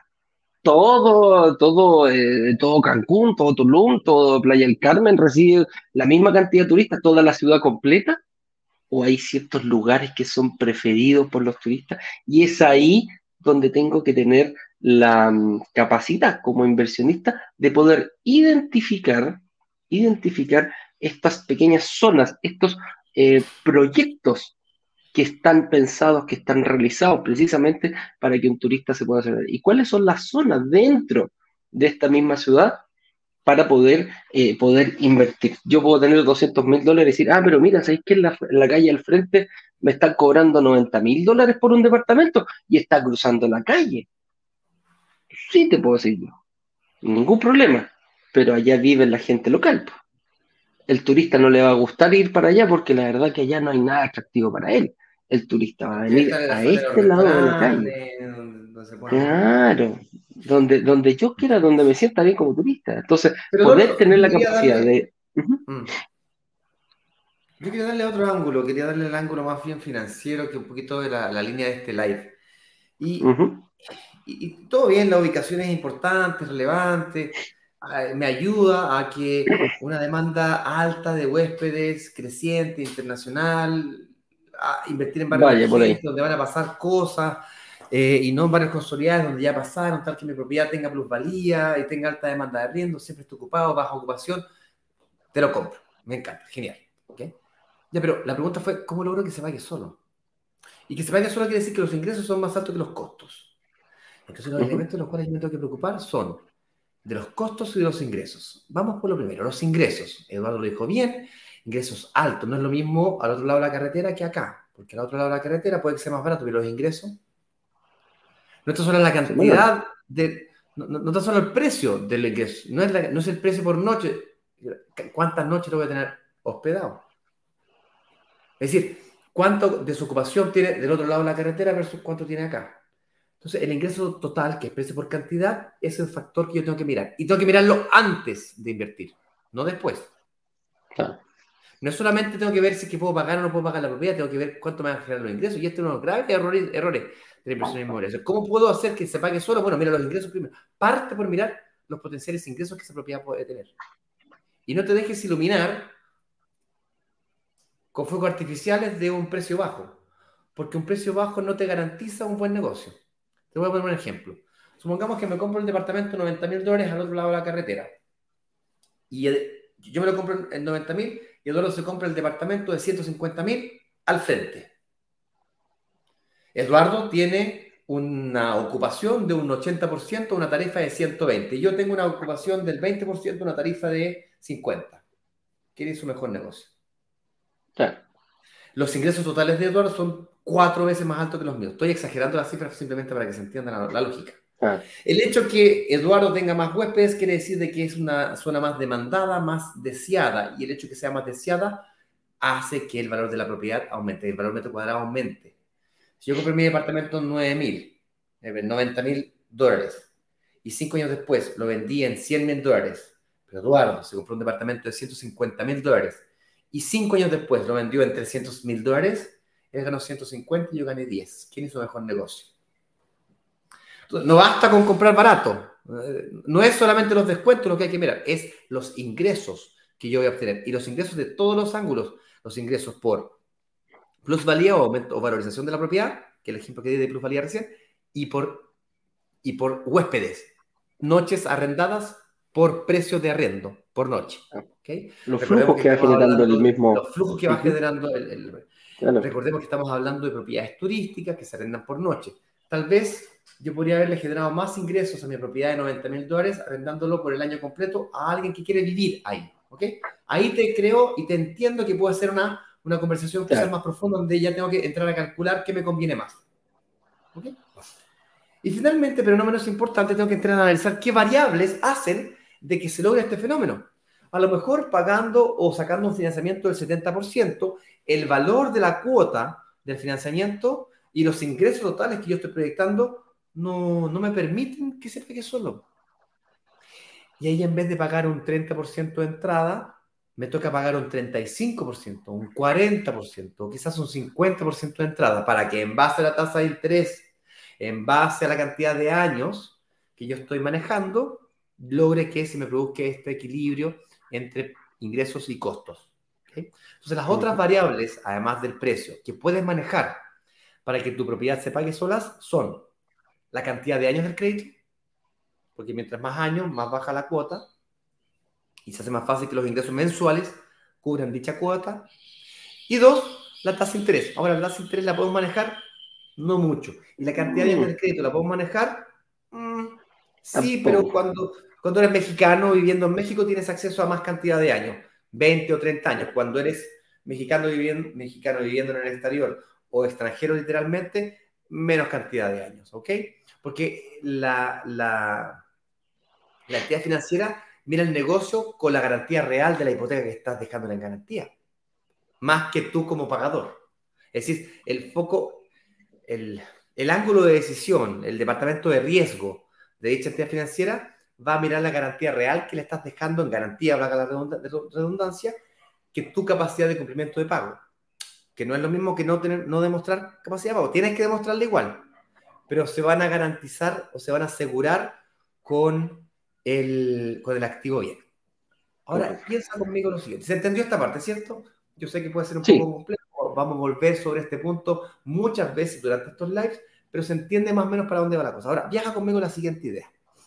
Todo Cancún, todo Tulum, todo Playa del Carmen recibe la misma cantidad de turistas, toda la ciudad completa, o hay ciertos lugares que son preferidos por los turistas, y es ahí donde tengo que tener la capacidad como inversionista de poder identificar estas pequeñas zonas, estos proyectos que están pensados, que están realizados precisamente para que un turista se pueda hacer. ¿Y cuáles son las zonas dentro de esta misma ciudad para poder invertir? Yo puedo tener $200.000 y decir, pero mira, ¿sabéis que en la calle al frente me están cobrando $90.000 por un departamento y está cruzando la calle? Sí, te puedo decir yo, ningún problema, pero allá vive la gente local. El turista no le va a gustar ir para allá porque la verdad que allá no hay nada atractivo para él. El turista va a Quiere venir estar en la a zona de los este lado de la calle. restaurantes, donde se puedan comer. Claro, donde yo quiera, donde me sienta bien como turista. Entonces, Pero poder Eduardo, tener la capacidad de... Ujú. yo quería darle otro ángulo, quería darle el ángulo más bien financiero que un poquito de la línea de este live. Y, Ujú. y todo bien, la ubicación es importante, relevante, me ayuda a que una demanda alta de huéspedes, creciente, internacional, a invertir en barrios Vaya, por emergentes ahí. donde van a pasar cosas y no en barrios consolidados donde ya pasaron, tal que mi propiedad tenga plusvalía y tenga alta demanda de arriendo, siempre esté ocupado, baja ocupación, te lo compro. Me encanta, genial. ¿Okay? Ya, pero la pregunta fue, ¿cómo logro que se pague solo? Y que se pague solo quiere decir que los ingresos son más altos que los costos. Entonces los Ujú. elementos de los cuales yo me tengo que preocupar son de los costos y de los ingresos. Vamos por lo primero, los ingresos. Eduardo lo dijo bien, ingresos altos. No es lo mismo al otro lado de la carretera que acá, porque al otro lado de la carretera puede que sea más barato, pero los ingresos no está solo la Son menores. cantidad de... No está solo el precio del ingreso, no es el precio por noche. ¿Cuántas noches lo voy a tener hospedado? Es decir, cuánto desocupación tiene del otro lado de la carretera versus cuánto tiene acá. Entonces, el ingreso total, que es precio por cantidad, es el factor que yo tengo que mirar. Y tengo que mirarlo antes de invertir, no después. Claro. No es solamente tengo que ver si es que puedo pagar o no puedo pagar la propiedad, tengo que ver cuánto me van a generar los ingresos. Y este es uno de los graves errores de la inversión inmobiliaria. ¿Cómo puedo hacer que se pague solo? Bueno, mira los ingresos primero. Parte por mirar los potenciales ingresos que esa propiedad puede tener. Y no te dejes iluminar con fuegos artificiales de un precio bajo, porque un precio bajo no te garantiza un buen negocio. Te voy a poner un ejemplo. Supongamos que me compro el departamento $90.000 al otro lado de la carretera y yo me lo compro en 90.000 y Eduardo se compra el departamento de 150.000 al frente. Eduardo tiene una ocupación de un 80%, una tarifa de 120. Y yo tengo una ocupación del 20%, una tarifa de 50. ¿Quién hizo mejor negocio? Claro. Los ingresos totales de Eduardo son 4 veces más altos que los míos. Estoy exagerando las cifras simplemente para que se entienda la lógica. Claro. El hecho que Eduardo tenga más huéspedes quiere decir de que es una zona más demandada, más deseada. Y el hecho que sea más deseada hace que el valor de la propiedad aumente, el valor metro cuadrado aumente. Si yo compré mi departamento en 9.000, $90.000, y 5 años después lo vendí en $100.000, pero Eduardo se compró un departamento de $150.000 y 5 años después lo vendió en $300.000, él ganó 150 y yo gané 10. ¿Quién hizo mejor negocio? Entonces, no basta con comprar barato. No es solamente los descuentos lo que hay que mirar, es los ingresos que yo voy a obtener. Y los ingresos de todos los ángulos, los ingresos por plusvalía o aumento o valorización de la propiedad, que es el ejemplo que di de plusvalía recién, y por huéspedes, noches arrendadas por precio de arrendo, por noche. ¿Okay? Los Recordemos flujos que que va estamos generando hablando el de mismo. los flujos que va Ujú. generando Claro. recordemos que estamos hablando de propiedades turísticas que se arrendan por noche. Tal vez yo podría haberle generado más ingresos a mi propiedad de $90.000 arrendándolo por el año completo a alguien que quiere vivir ahí. ¿Okay? Ahí te creo y te entiendo que puedo hacer una conversación quizás Claro. más profunda donde ya tengo que entrar a calcular qué me conviene más. ¿Okay? Y finalmente, pero no menos importante, tengo que entrar a analizar qué variables hacen de que se logre este fenómeno. A lo mejor pagando o sacando un financiamiento del 70%, el valor de la cuota del financiamiento y los ingresos totales que yo estoy proyectando no me permiten que se pegue solo. Y ahí en vez de pagar un 30% de entrada, me toca pagar un 35%, un 40%, o quizás un 50% de entrada, para que en base a la tasa de interés, en base a la cantidad de años que yo estoy manejando, logre que se me produzca este equilibrio entre ingresos y costos. ¿Okay? Entonces, las otras Ujú. variables, además del precio, que puedes manejar para que tu propiedad se pague solas, son la cantidad de años del crédito, porque mientras más años, más baja la cuota, y se hace más fácil que los ingresos mensuales cubran dicha cuota. Y dos, la tasa de interés. Ahora, la tasa de interés la podemos manejar no mucho. ¿Y la cantidad de años Mm, del crédito la podemos manejar? Mm, sí, pero tampoco. cuando eres mexicano viviendo en México tienes acceso a más cantidad de años, 20 o 30 años. Cuando eres mexicano viviendo en el exterior o extranjero literalmente, menos cantidad de años, ¿ok? Porque la entidad financiera mira el negocio con la garantía real de la hipoteca que estás dejando en garantía, más que tú como pagador. Es decir, el foco, el, el ángulo de decisión, el departamento de riesgo de dicha entidad financiera va a mirar la garantía real que le estás dejando en garantía, valga la redundancia, que tu capacidad de cumplimiento de pago, que no es lo mismo que no demostrar capacidad de pago. Tienes que demostrarla igual, pero se van a garantizar o se van a asegurar con el activo bien. Ahora, Correcto. piensa conmigo lo siguiente. ¿Se entendió esta parte, cierto? Yo sé que puede ser un poco Sí. complejo. Vamos a volver sobre este punto muchas veces durante estos lives, pero se entiende más o menos para dónde va la cosa. Ahora, viaja conmigo la siguiente idea.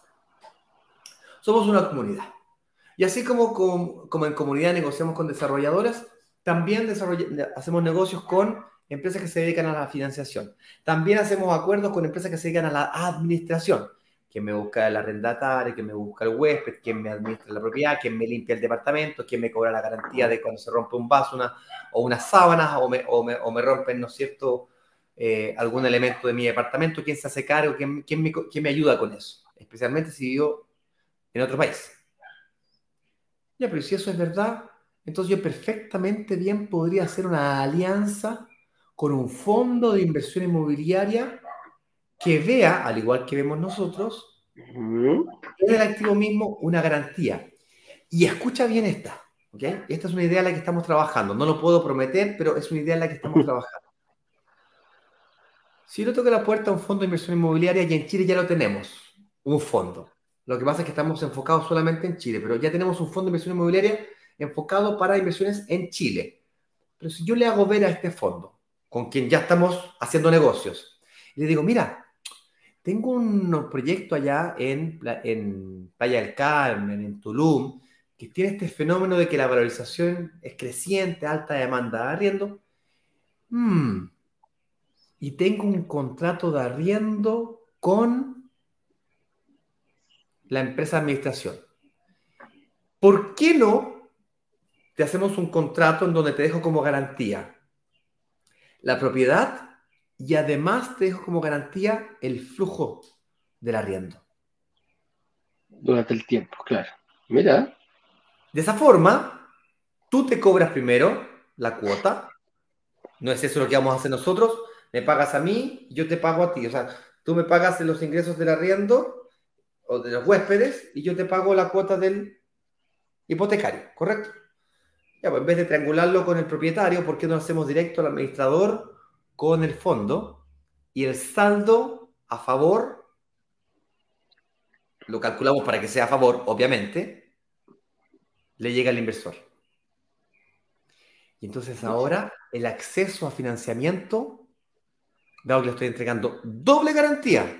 Somos una comunidad. Y así como en comunidad negociamos con desarrolladoras, también hacemos negocios con empresas que se dedican a la financiación. También hacemos acuerdos con empresas que se dedican a la administración. Quien me busca el arrendatario, quien me busca el huésped, quien me administra la propiedad, quien me limpia el departamento, quien me cobra la garantía de cuando se rompe un vaso o unas sábanas o me rompen, ¿no es cierto?, algún elemento de mi departamento, quién se hace cargo, quién me ayuda con eso, especialmente si vivo en otro país. Ya, pero si eso es verdad, entonces yo perfectamente bien podría hacer una alianza con un fondo de inversión inmobiliaria que vea, al igual que vemos nosotros, Ujú. en el activo mismo una garantía. Y escucha bien esta, ¿ok? Esta es una idea en la que estamos trabajando. No lo puedo prometer, pero es una idea en la que estamos trabajando. Si yo le toco la puerta a un fondo de inversión inmobiliaria, y en Chile ya lo tenemos, un fondo. Lo que pasa es que estamos enfocados solamente en Chile, pero ya tenemos un fondo de inversión inmobiliaria enfocado para inversiones en Chile. Pero si yo le hago ver a este fondo, con quien ya estamos haciendo negocios, y le digo, mira, tengo un proyecto allá en Playa del Carmen, en Tulum, que tiene este fenómeno de que la valorización es creciente, alta demanda de arriendo. Mm, y tengo un contrato de arriendo con la empresa de administración. ¿Por qué no te hacemos un contrato en donde te dejo como garantía la propiedad y además te dejo como garantía el flujo del arriendo? Durante el tiempo, claro. Mira. De esa forma, tú te cobras primero la cuota, no es eso lo que vamos a hacer nosotros, me pagas a mí, yo te pago a ti, o sea, tú me pagas los ingresos del arriendo o de los huéspedes y yo te pago la cuota del hipotecario, ¿correcto? Ya, pues en vez de triangularlo con el propietario, ¿por qué no lo hacemos directo al administrador con el fondo? Y el saldo a favor, lo calculamos para que sea a favor, obviamente, le llega al inversor. Y entonces ahora el acceso a financiamiento, dado que le estoy entregando doble garantía,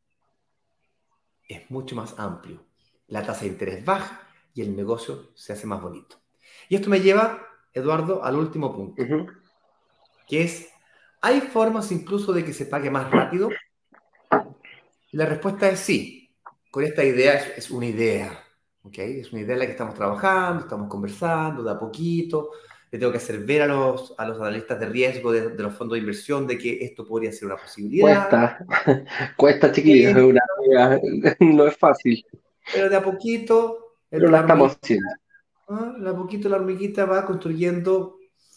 es mucho más amplio. La tasa de interés baja y el negocio se hace más bonito. Y esto me lleva, Eduardo, al último punto, Ujú. que es, ¿hay formas incluso de que se pague más rápido? Y la respuesta es sí. Con esta idea, es una idea, ¿ok? Es una idea en la que estamos trabajando, estamos conversando de a poquito. Le tengo que hacer ver a los analistas de riesgo de los fondos de inversión de que esto podría ser una posibilidad. Cuesta, cuesta, chiquillos, es Sí, una pega, no es fácil, pero de a poquito, pero la estamos haciendo. de a poquito la hormiguita va construyendo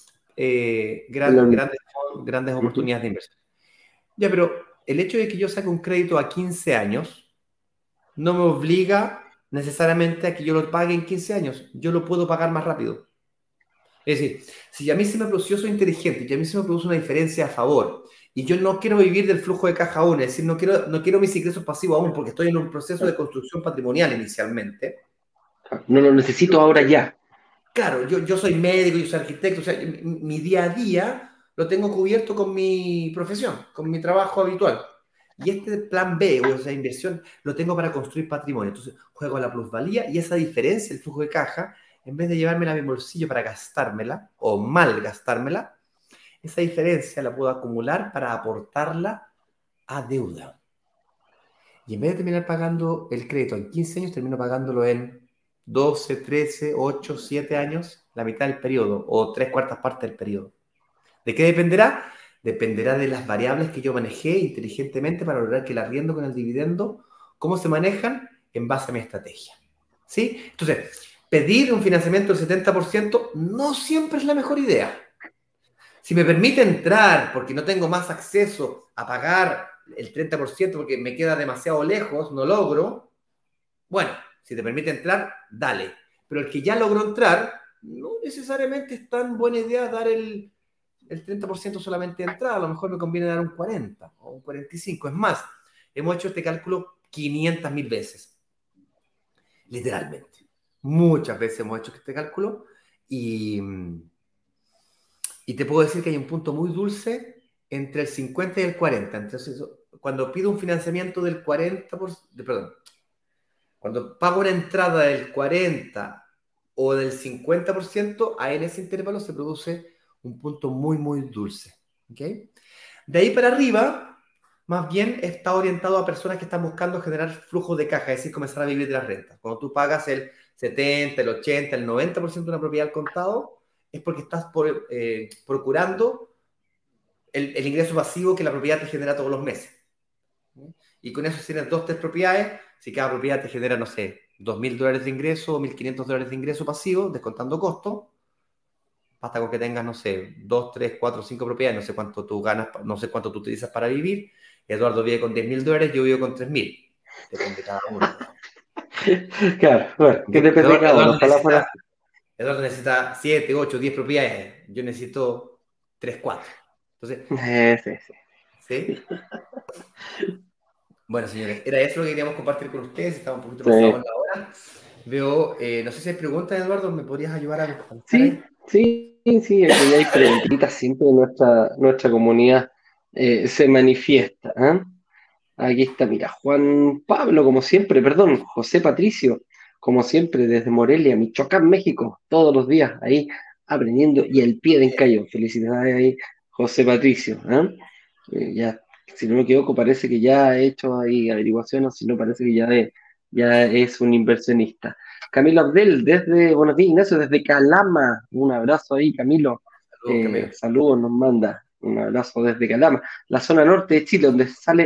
La- grandes Ujú. oportunidades de inversión. Ya, pero el hecho de que yo saque un crédito a 15 años no me obliga necesariamente a que yo lo pague en 15 años. Yo lo puedo pagar más rápido. Es decir, si a mí se me produce, yo soy inteligente y a mí se me produce una diferencia a favor y yo no quiero vivir del flujo de caja aún, es decir, no quiero mis ingresos pasivos aún porque estoy en un proceso de construcción patrimonial inicialmente. No lo necesito ahora ya. Claro, yo soy médico, yo soy arquitecto, o sea, mi día a día lo tengo cubierto con mi profesión, con mi trabajo habitual. Y este plan B, o esa inversión, lo tengo para construir patrimonio. Entonces, juego a la plusvalía y esa diferencia, el flujo de caja, en vez de llevármela a mi bolsillo para gastármela o mal gastármela, esa diferencia la puedo acumular para aportarla a deuda. Y en vez de terminar pagando el crédito en 15 años, termino pagándolo en 12, 13, 8, 7 años, la mitad del periodo o tres cuartas partes del periodo. ¿De qué dependerá? Dependerá de las variables que yo manejé inteligentemente para lograr que el arriendo con el dividendo, cómo se manejan en base a mi estrategia. ¿Sí? Entonces, pedir un financiamiento del 70% no siempre es la mejor idea. Si me permite entrar porque no tengo más acceso a pagar el 30% porque me queda demasiado lejos, no logro, bueno, si te permite entrar, dale. Pero el que ya logró entrar, no necesariamente es tan buena idea dar el el 30% solamente de entrada, a lo mejor me conviene dar un 40 o un 45. Es más, hemos hecho este cálculo 500.000 veces, literalmente. Muchas veces hemos hecho este cálculo y, y te puedo decir que hay un punto muy dulce entre el 50 y el 40. Entonces, cuando pido un financiamiento del 40%, perdón, cuando pago una entrada del 40 o del 50%, ahí en ese intervalo se produce un punto muy, muy dulce. ¿Okay? De ahí para arriba, más bien está orientado a personas que están buscando generar flujo de caja, es decir, comenzar a vivir de las rentas. Cuando tú pagas el 70, el 80, el 90% de una propiedad al contado, es porque estás procurando el ingreso pasivo que la propiedad te genera todos los meses. Y con eso, si tienes dos, tres propiedades, si cada propiedad te genera, no sé, $2.000 de ingreso o $1.500 de ingreso pasivo, descontando costos, basta con que tengas, no sé, dos, tres, cuatro, cinco propiedades, no sé cuánto tú ganas, no sé cuánto tú utilizas para vivir. Eduardo vive con $10.000, yo vivo con 3.000. Depende de cada uno. Claro, bueno, que depende de cada uno. Ojalá fuera así. Eduardo necesita 7, 8, 10 propiedades. Yo necesito 3, 4. Entonces, Sí, sí. ¿sí? Bueno, señores, era eso lo que queríamos compartir con ustedes. Estaba un poquito pasado en Sí, la hora. Veo, no sé si hay preguntas, Eduardo, ¿me podrías ayudar a buscar sí, ahí? sí, aquí hay preguntitas siempre de nuestra comunidad se manifiesta. ¿Ah? Aquí está, mira, Juan Pablo, como siempre, perdón, José Patricio, como siempre, desde Morelia, Michoacán, México, todos los días ahí aprendiendo y el pie de encayo. Felicidades ahí, José Patricio. ¿Ah? Ya, si no me equivoco, parece que ya ha hecho ahí averiguaciones, si no, parece que ya es un inversionista. Camilo Abdel, desde, buenos días, Ignacio, desde Calama. Un abrazo ahí, Camilo. Saludos, Camilo. Saludos, nos manda. Un abrazo desde Calama, la zona norte de Chile,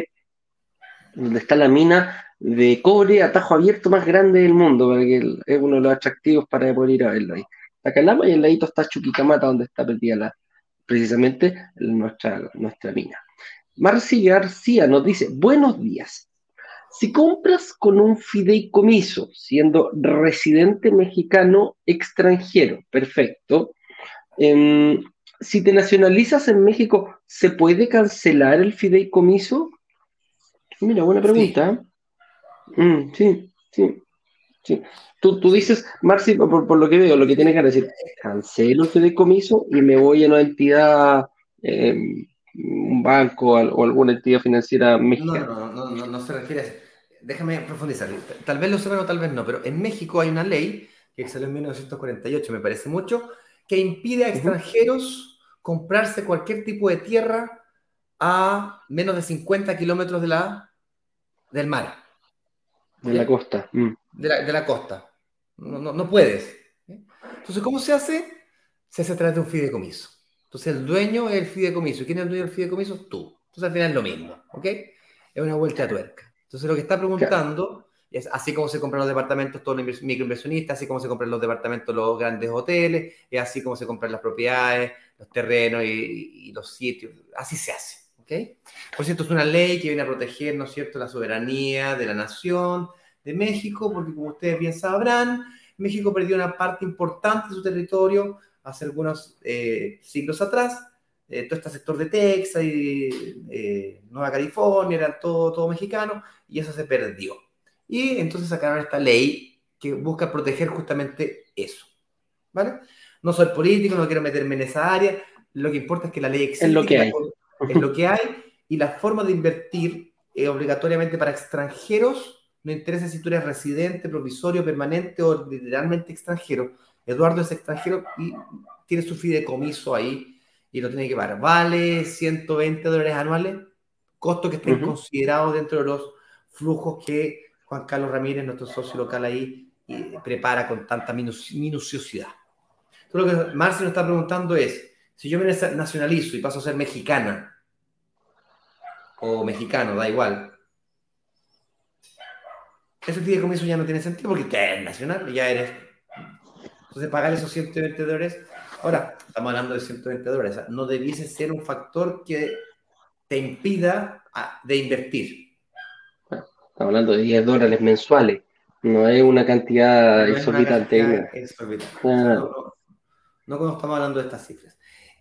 donde está la mina de cobre a tajo abierto más grande del mundo, para que es uno de los atractivos para poder ir a verlo ahí. Está Calama y al ladito está Chuquicamata, donde está perdida precisamente nuestra mina. Marci García nos dice, buenos días. Si compras con un fideicomiso, siendo residente mexicano extranjero, perfecto. Eh, si te nacionalizas en México, ¿se puede cancelar el fideicomiso? Mira, buena Sí, pregunta. Sí, sí, sí. Tú sí. dices, Marci, por lo que veo, lo que tienes que decir, cancelo el fideicomiso y me voy a una entidad, eh, un banco o alguna entidad financiera No, mexicana. no, no, no, no se refiere a eso. Déjame profundizar. Tal vez lo sepan o tal vez no, pero en México hay una ley que salió en 1948, me parece mucho, que impide a Ujú. extranjeros comprarse cualquier tipo de tierra a menos de 50 kilómetros del mar, De ¿ok? la costa. De la costa. No, no, no puedes. ¿Ok? Entonces, ¿cómo se hace? Se hace a través de un fideicomiso. Entonces, el dueño es el fideicomiso. ¿Quién es el dueño del fideicomiso? Tú. Entonces, al final es lo mismo. ¿Ok? Es una vuelta de tuerca. Entonces, lo que está Claro. preguntando es así como se compran los departamentos todos los microinversionistas, así como se compran los departamentos los grandes hoteles, es así como se compran las propiedades, los terrenos y los sitios. Así se hace. ¿Ok? Por cierto, es una ley que viene a proteger, ¿no es cierto?, la soberanía de la nación de México, porque como ustedes bien sabrán, México perdió una parte importante de su territorio hace algunos siglos atrás. Todo este sector de Texas y Nueva California eran todo mexicano y eso se perdió. Y entonces sacaron esta ley que busca proteger justamente eso. ¿Vale? No soy político, no quiero meterme en esa área. Lo que importa es que la ley Es lo existe, que hay. es lo que hay y la forma de invertir obligatoriamente para extranjeros, no interesa si tú eres residente, provisorio, permanente o literalmente extranjero. Eduardo es extranjero y tiene su fideicomiso ahí y lo tiene que pagar. Vale $120 anuales, costo que estén Ujú. considerados dentro de los flujos que Juan Carlos Ramírez, nuestro socio local ahí, prepara con tanta minuciosidad. Entonces, lo que Marci nos está preguntando es, si yo me nacionalizo y paso a ser mexicana o mexicano, da igual, ese fideicomiso ya no tiene sentido porque ya eres nacional, ya eres. Entonces, pagar esos $120. Ahora, estamos hablando de $120. O sea, no debiese ser un factor que te impida de invertir. Bueno, estamos hablando de $10 mensuales. No es una cantidad No es una exorbitante. cantidad exorbitante. O sea, no, Claro. no, no estamos hablando de estas cifras.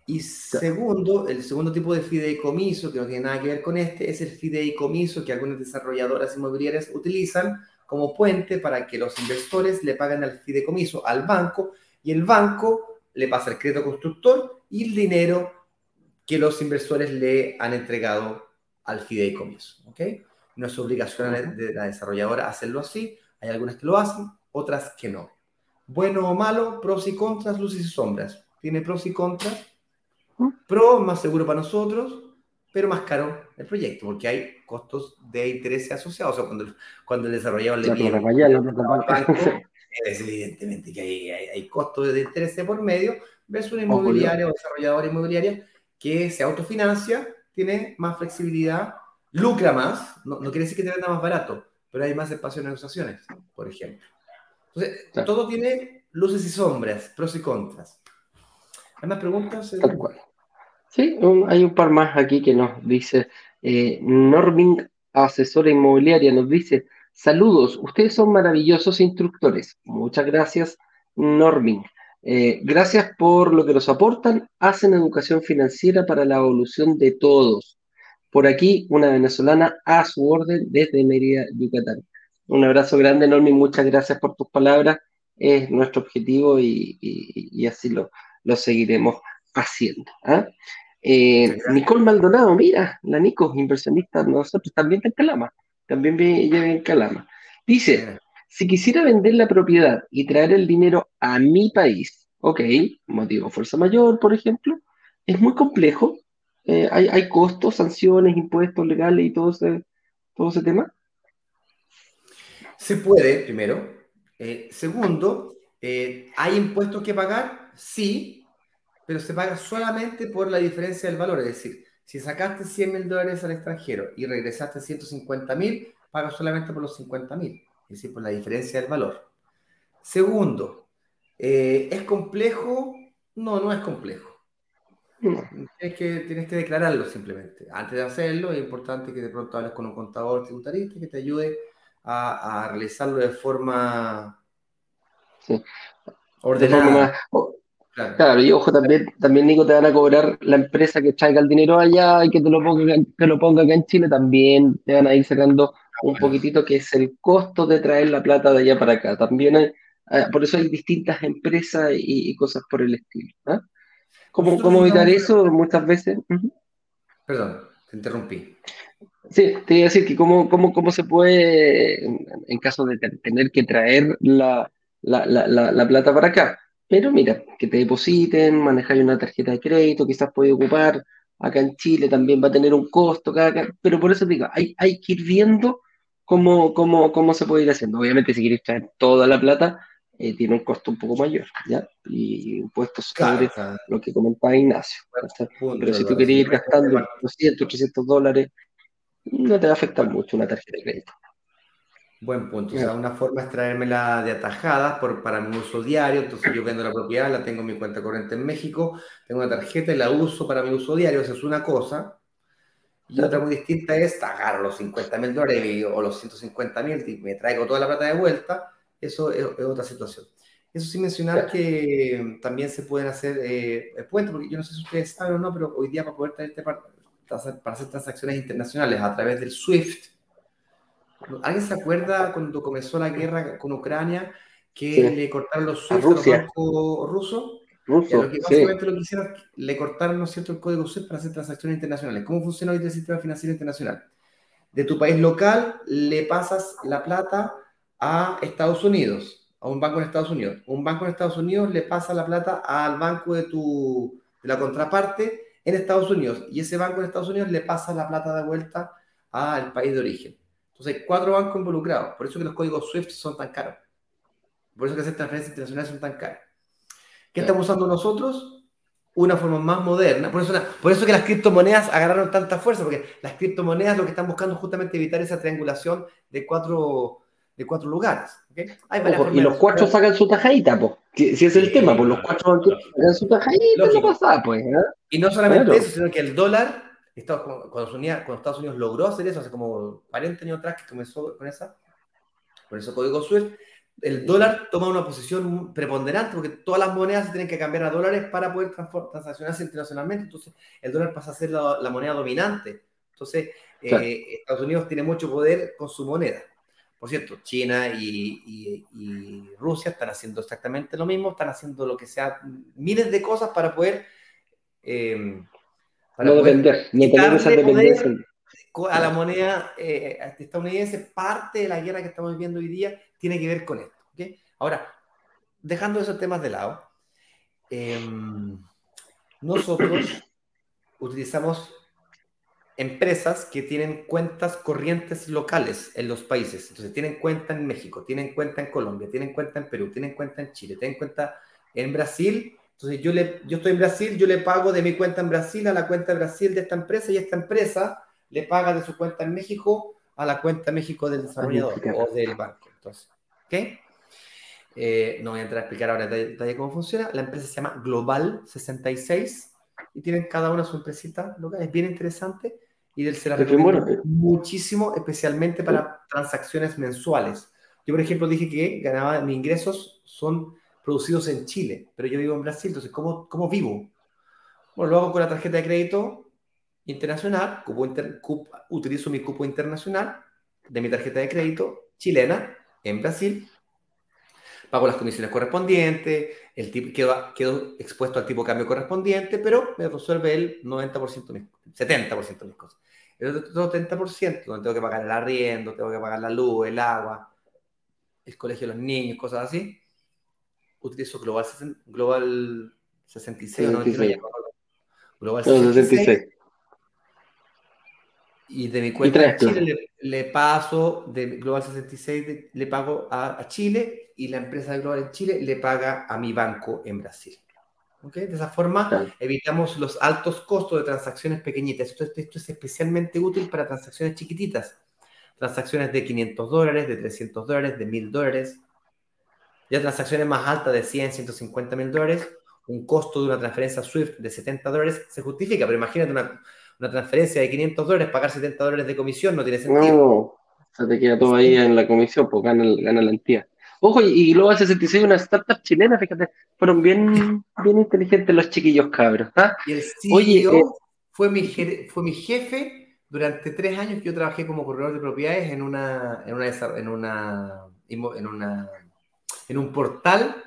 Y Ya. segundo, el segundo tipo de fideicomiso, que no tiene nada que ver con este, es el fideicomiso que algunas desarrolladoras inmobiliarias utilizan como puente para que los inversores le paguen al fideicomiso, al banco, y el banco le pasa el crédito constructor y el dinero que los inversores le han entregado al fideicomiso. ¿Ok? No es obligación Ujú. de la desarrolladora hacerlo así. Hay algunas que lo hacen, otras que no. Bueno o malo, pros y contras, luces y sombras. Tiene pros y contras. Pro, más seguro para nosotros, pero más caro el proyecto, porque hay costos de interés asociados. O sea, cuando el desarrollador le La pide plata un para allá, la crédito plata para al acá. Sí. banco, es evidentemente que hay costos de interés por medio, versus una Obvio. inmobiliaria o desarrolladora inmobiliaria que se autofinancia, tiene más flexibilidad, lucra más, no quiere decir que te venda más barato, pero hay más espacio de negociaciones, por ejemplo. Entonces, Claro, todo tiene luces y sombras, pros y contras. ¿Hay más preguntas, tal Edu? cual. Sí, hay un par más aquí que nos dice, Norming, asesora inmobiliaria, nos dice, saludos, ustedes son maravillosos instructores. Muchas gracias, Norming. Gracias por lo que nos aportan, hacen educación financiera para la evolución de todos. Por aquí, una venezolana a su orden desde Mérida, Yucatán. Un abrazo grande, Norming, muchas gracias por tus palabras. Es nuestro objetivo y así lo seguiremos haciendo. ¿Ah? Muchas gracias. Nicole Maldonado, mira, la Nico, inversionista, nosotros también está en Calama, también vive en Calama. Dice, Buena. si quisiera vender la propiedad y traer el dinero a mi país, ok, motivo fuerza mayor, por ejemplo, es muy complejo, hay costos, sanciones, impuestos legales y todo ese tema. Se puede, primero. Segundo, ¿hay impuestos que pagar? Sí, pero se paga solamente por la diferencia del valor. Es decir, si sacaste $100.000 al extranjero y regresaste 150.000, pagas solamente por los 50.000, es decir, por la diferencia del valor. Segundo, ¿es complejo? No, no es complejo. No, Tienes que declararlo simplemente. Antes de hacerlo, es importante que de pronto hables con un contador tributarista que te ayude a realizarlo de forma sí, de forma ordenada. más. Claro, Claro, y ojo, también, Nico, te van a cobrar la empresa que traiga el dinero allá y que te lo ponga acá en Chile, también te van a ir sacando un bueno. poquitito, que es el costo de traer la plata de allá para acá. También por eso hay distintas empresas y cosas por el estilo. ¿Ah? ¿Cómo, Nosotros cómo evitar usamos eso muchas veces? Ujú. Perdón, te interrumpí. Sí, te iba a decir que cómo se puede, en caso de tener que traer la plata para acá. Pero mira, que te depositen, manejar una tarjeta de crédito, quizás puede ocupar, acá en Chile también va a tener un costo, pero por eso te digo, hay que ir viendo cómo se puede ir haciendo. Obviamente, si quieres traer toda la plata, tiene un costo un poco mayor, ¿ya? Y impuestos Claro, sobre o sea, lo que comentaba Ignacio. buen ¿Cachai? Pero punto, si tú Eduardo. quieres ir Simplemente gastando $200, $300, no te va a afectar bueno, mucho una tarjeta de crédito. buen punto. O sea, Ya. una forma es traérmela de atajadas para mi uso diario. Entonces yo vendo la propiedad, la tengo en mi cuenta corriente en México, tengo una tarjeta y la uso para mi uso diario. Esa es una cosa. Y otra Claro, muy distinta es agarro los $50.000 o los 150.000 y me traigo toda la plata de vuelta. Eso es otra situación. Eso sin mencionar claro. que también se pueden hacer puentes, porque yo no sé si ustedes saben o no, pero hoy día para poder para hacer transacciones internacionales a través del SWIFT. ¿Alguien se acuerda cuando comenzó la guerra con Ucrania que Sí. le cortaron los A SWIFT a los Rusia, bancos rusos? Ya, lo ruso, que sí. básicamente lo que hicieron, le cortaron, ¿no es cierto?, el código SWIFT para hacer transacciones internacionales. ¿Cómo funciona hoy el sistema financiero internacional? De tu país local le pasas la plata a Estados Unidos, a un banco en Estados Unidos. Un banco en Estados Unidos le pasa la plata al banco de la contraparte en Estados Unidos. Y ese banco en Estados Unidos le pasa la plata de vuelta al país de origen. Entonces hay cuatro bancos involucrados. Por eso que los códigos SWIFT son tan caros. Por eso que hacer transferencias internacionales son tan caras. ¿Qué Claro. estamos usando nosotros? Una forma más moderna. Por eso que las criptomonedas agarraron tanta fuerza, porque las criptomonedas lo que están buscando es justamente evitar esa triangulación de cuatro lugares. ¿Okay? Hay varias Ojo, y formas de los cuatro resolver. sacan su tajadita, pues. Si es el tema, Sí, pues los cuatro banqueros lógico. sacan su tajadita la Lógico. pasada, pues. ¿Ah? Y no solamente eso, Claro. sino que el dólar, cuando Estados Unidos logró hacer eso hace como 40 años atrás que comenzó con ese código SWIFT, el dólar toma una posición preponderante porque todas las monedas se tienen que cambiar a dólares para poder transaccionarse internacionalmente. Entonces, el dólar pasa a ser la moneda dominante. Entonces, Claro. Estados Unidos tiene mucho poder con su moneda. Por cierto, China y Rusia están haciendo exactamente lo mismo, están haciendo lo que sea, miles de cosas eh, No para poder depender, no tener esa quitarle dependencia. poder a la moneda estadounidense. Parte de la guerra que estamos viviendo hoy día tiene que ver con esto. ¿Okay? Ahora, dejando esos temas de lado, eh, nosotros utilizamos empresas que tienen cuentas corrientes locales en los países. Entonces, tienen cuenta en México, tienen cuenta en Colombia, tienen cuenta en Perú, tienen cuenta en Chile, tienen cuenta en Brasil. Entonces, yo estoy en Brasil, yo le pago de mi cuenta en Brasil a la cuenta de Brasil de esta empresa y esta empresa le paga de su cuenta en México a la cuenta México del Al desarrollador mexicano. o del banco. Entonces, ¿ok? No voy a entrar a explicar ahora detalle cómo funciona. La empresa se llama Global 66 y tienen cada una su empresita local. Es bien interesante y se la Es bien recomiendo bueno. muchísimo, especialmente para transacciones mensuales. Yo, por ejemplo, dije que ganaba, mis ingresos son producidos en Chile, pero yo vivo en Brasil, entonces, ¿cómo vivo? Bueno, lo hago con la tarjeta de crédito internacional, utilizo mi cupo internacional de mi tarjeta de crédito chilena en Brasil, pago las comisiones correspondientes, quedo expuesto al tipo de cambio correspondiente, pero me resuelve el 90%, 70% de mis cosas. El otro 30%, donde tengo que pagar el arriendo, tengo que pagar la luz, el agua, el colegio de los niños, cosas así, utilizo Global 66 o 99, 66. ya no me acuerdo. Global No, 66 66. y de mi Y cuenta en traes Chile plata. le paso, de Global 66 le pago a Chile y la empresa de Global en Chile le paga a mi banco en Brasil. ¿Okay? De esa forma Claro. evitamos los altos costos de transacciones pequeñitas. Esto es especialmente útil para transacciones chiquititas, transacciones de $500, de $300, de $1,000. Ya transacciones más altas de 100, $150,000, un costo de una transferencia SWIFT de $70 se justifica, pero imagínate una transferencia de $500, pagar $70 de comisión no tiene sentido. No, se te queda todo ahí ¿Sí? en la comisión, pues gana la entidad. Ojo, y Global 66, una startup chilena, fíjate, fueron bien inteligentes los chiquillos cabros. ¿Ah? Y el Oye, CEO fue mi jefe durante 3 años que yo trabajé como corredor de propiedades en un portal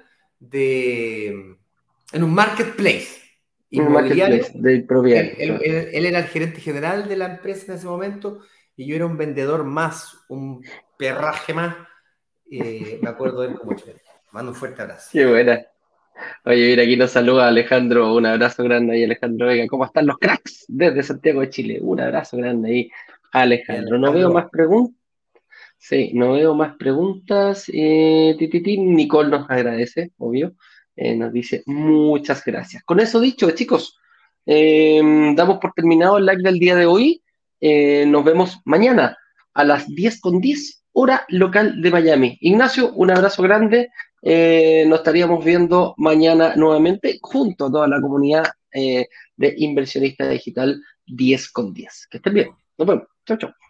en un marketplace un inmobiliario. marketplace de Él, propiedades, él- claro. él- él era el gerente general de la empresa en ese momento y yo era un vendedor más, un perraje más. Me acuerdo de él como chileno. Mando un fuerte abrazo. Qué buena. Oye, mira, aquí nos saluda Alejandro, un abrazo grande ahí, Alejandro Vega. ¿Cómo están los cracks desde Santiago de Chile? Un abrazo grande ahí, Alejandro. No veo más Alejandro, preguntas. Sí, no veo más preguntas. Nicole nos agradece, obvio. Nos dice muchas gracias. Con eso dicho, chicos, damos por terminado el live del día de hoy. Nos vemos mañana a las 10:10, hora local de Miami. Ignacio, un abrazo grande. Nos estaríamos viendo mañana nuevamente junto a toda la comunidad de Inversionista Digital 10:10. Que estén bien. Nos vemos. Chau, chau.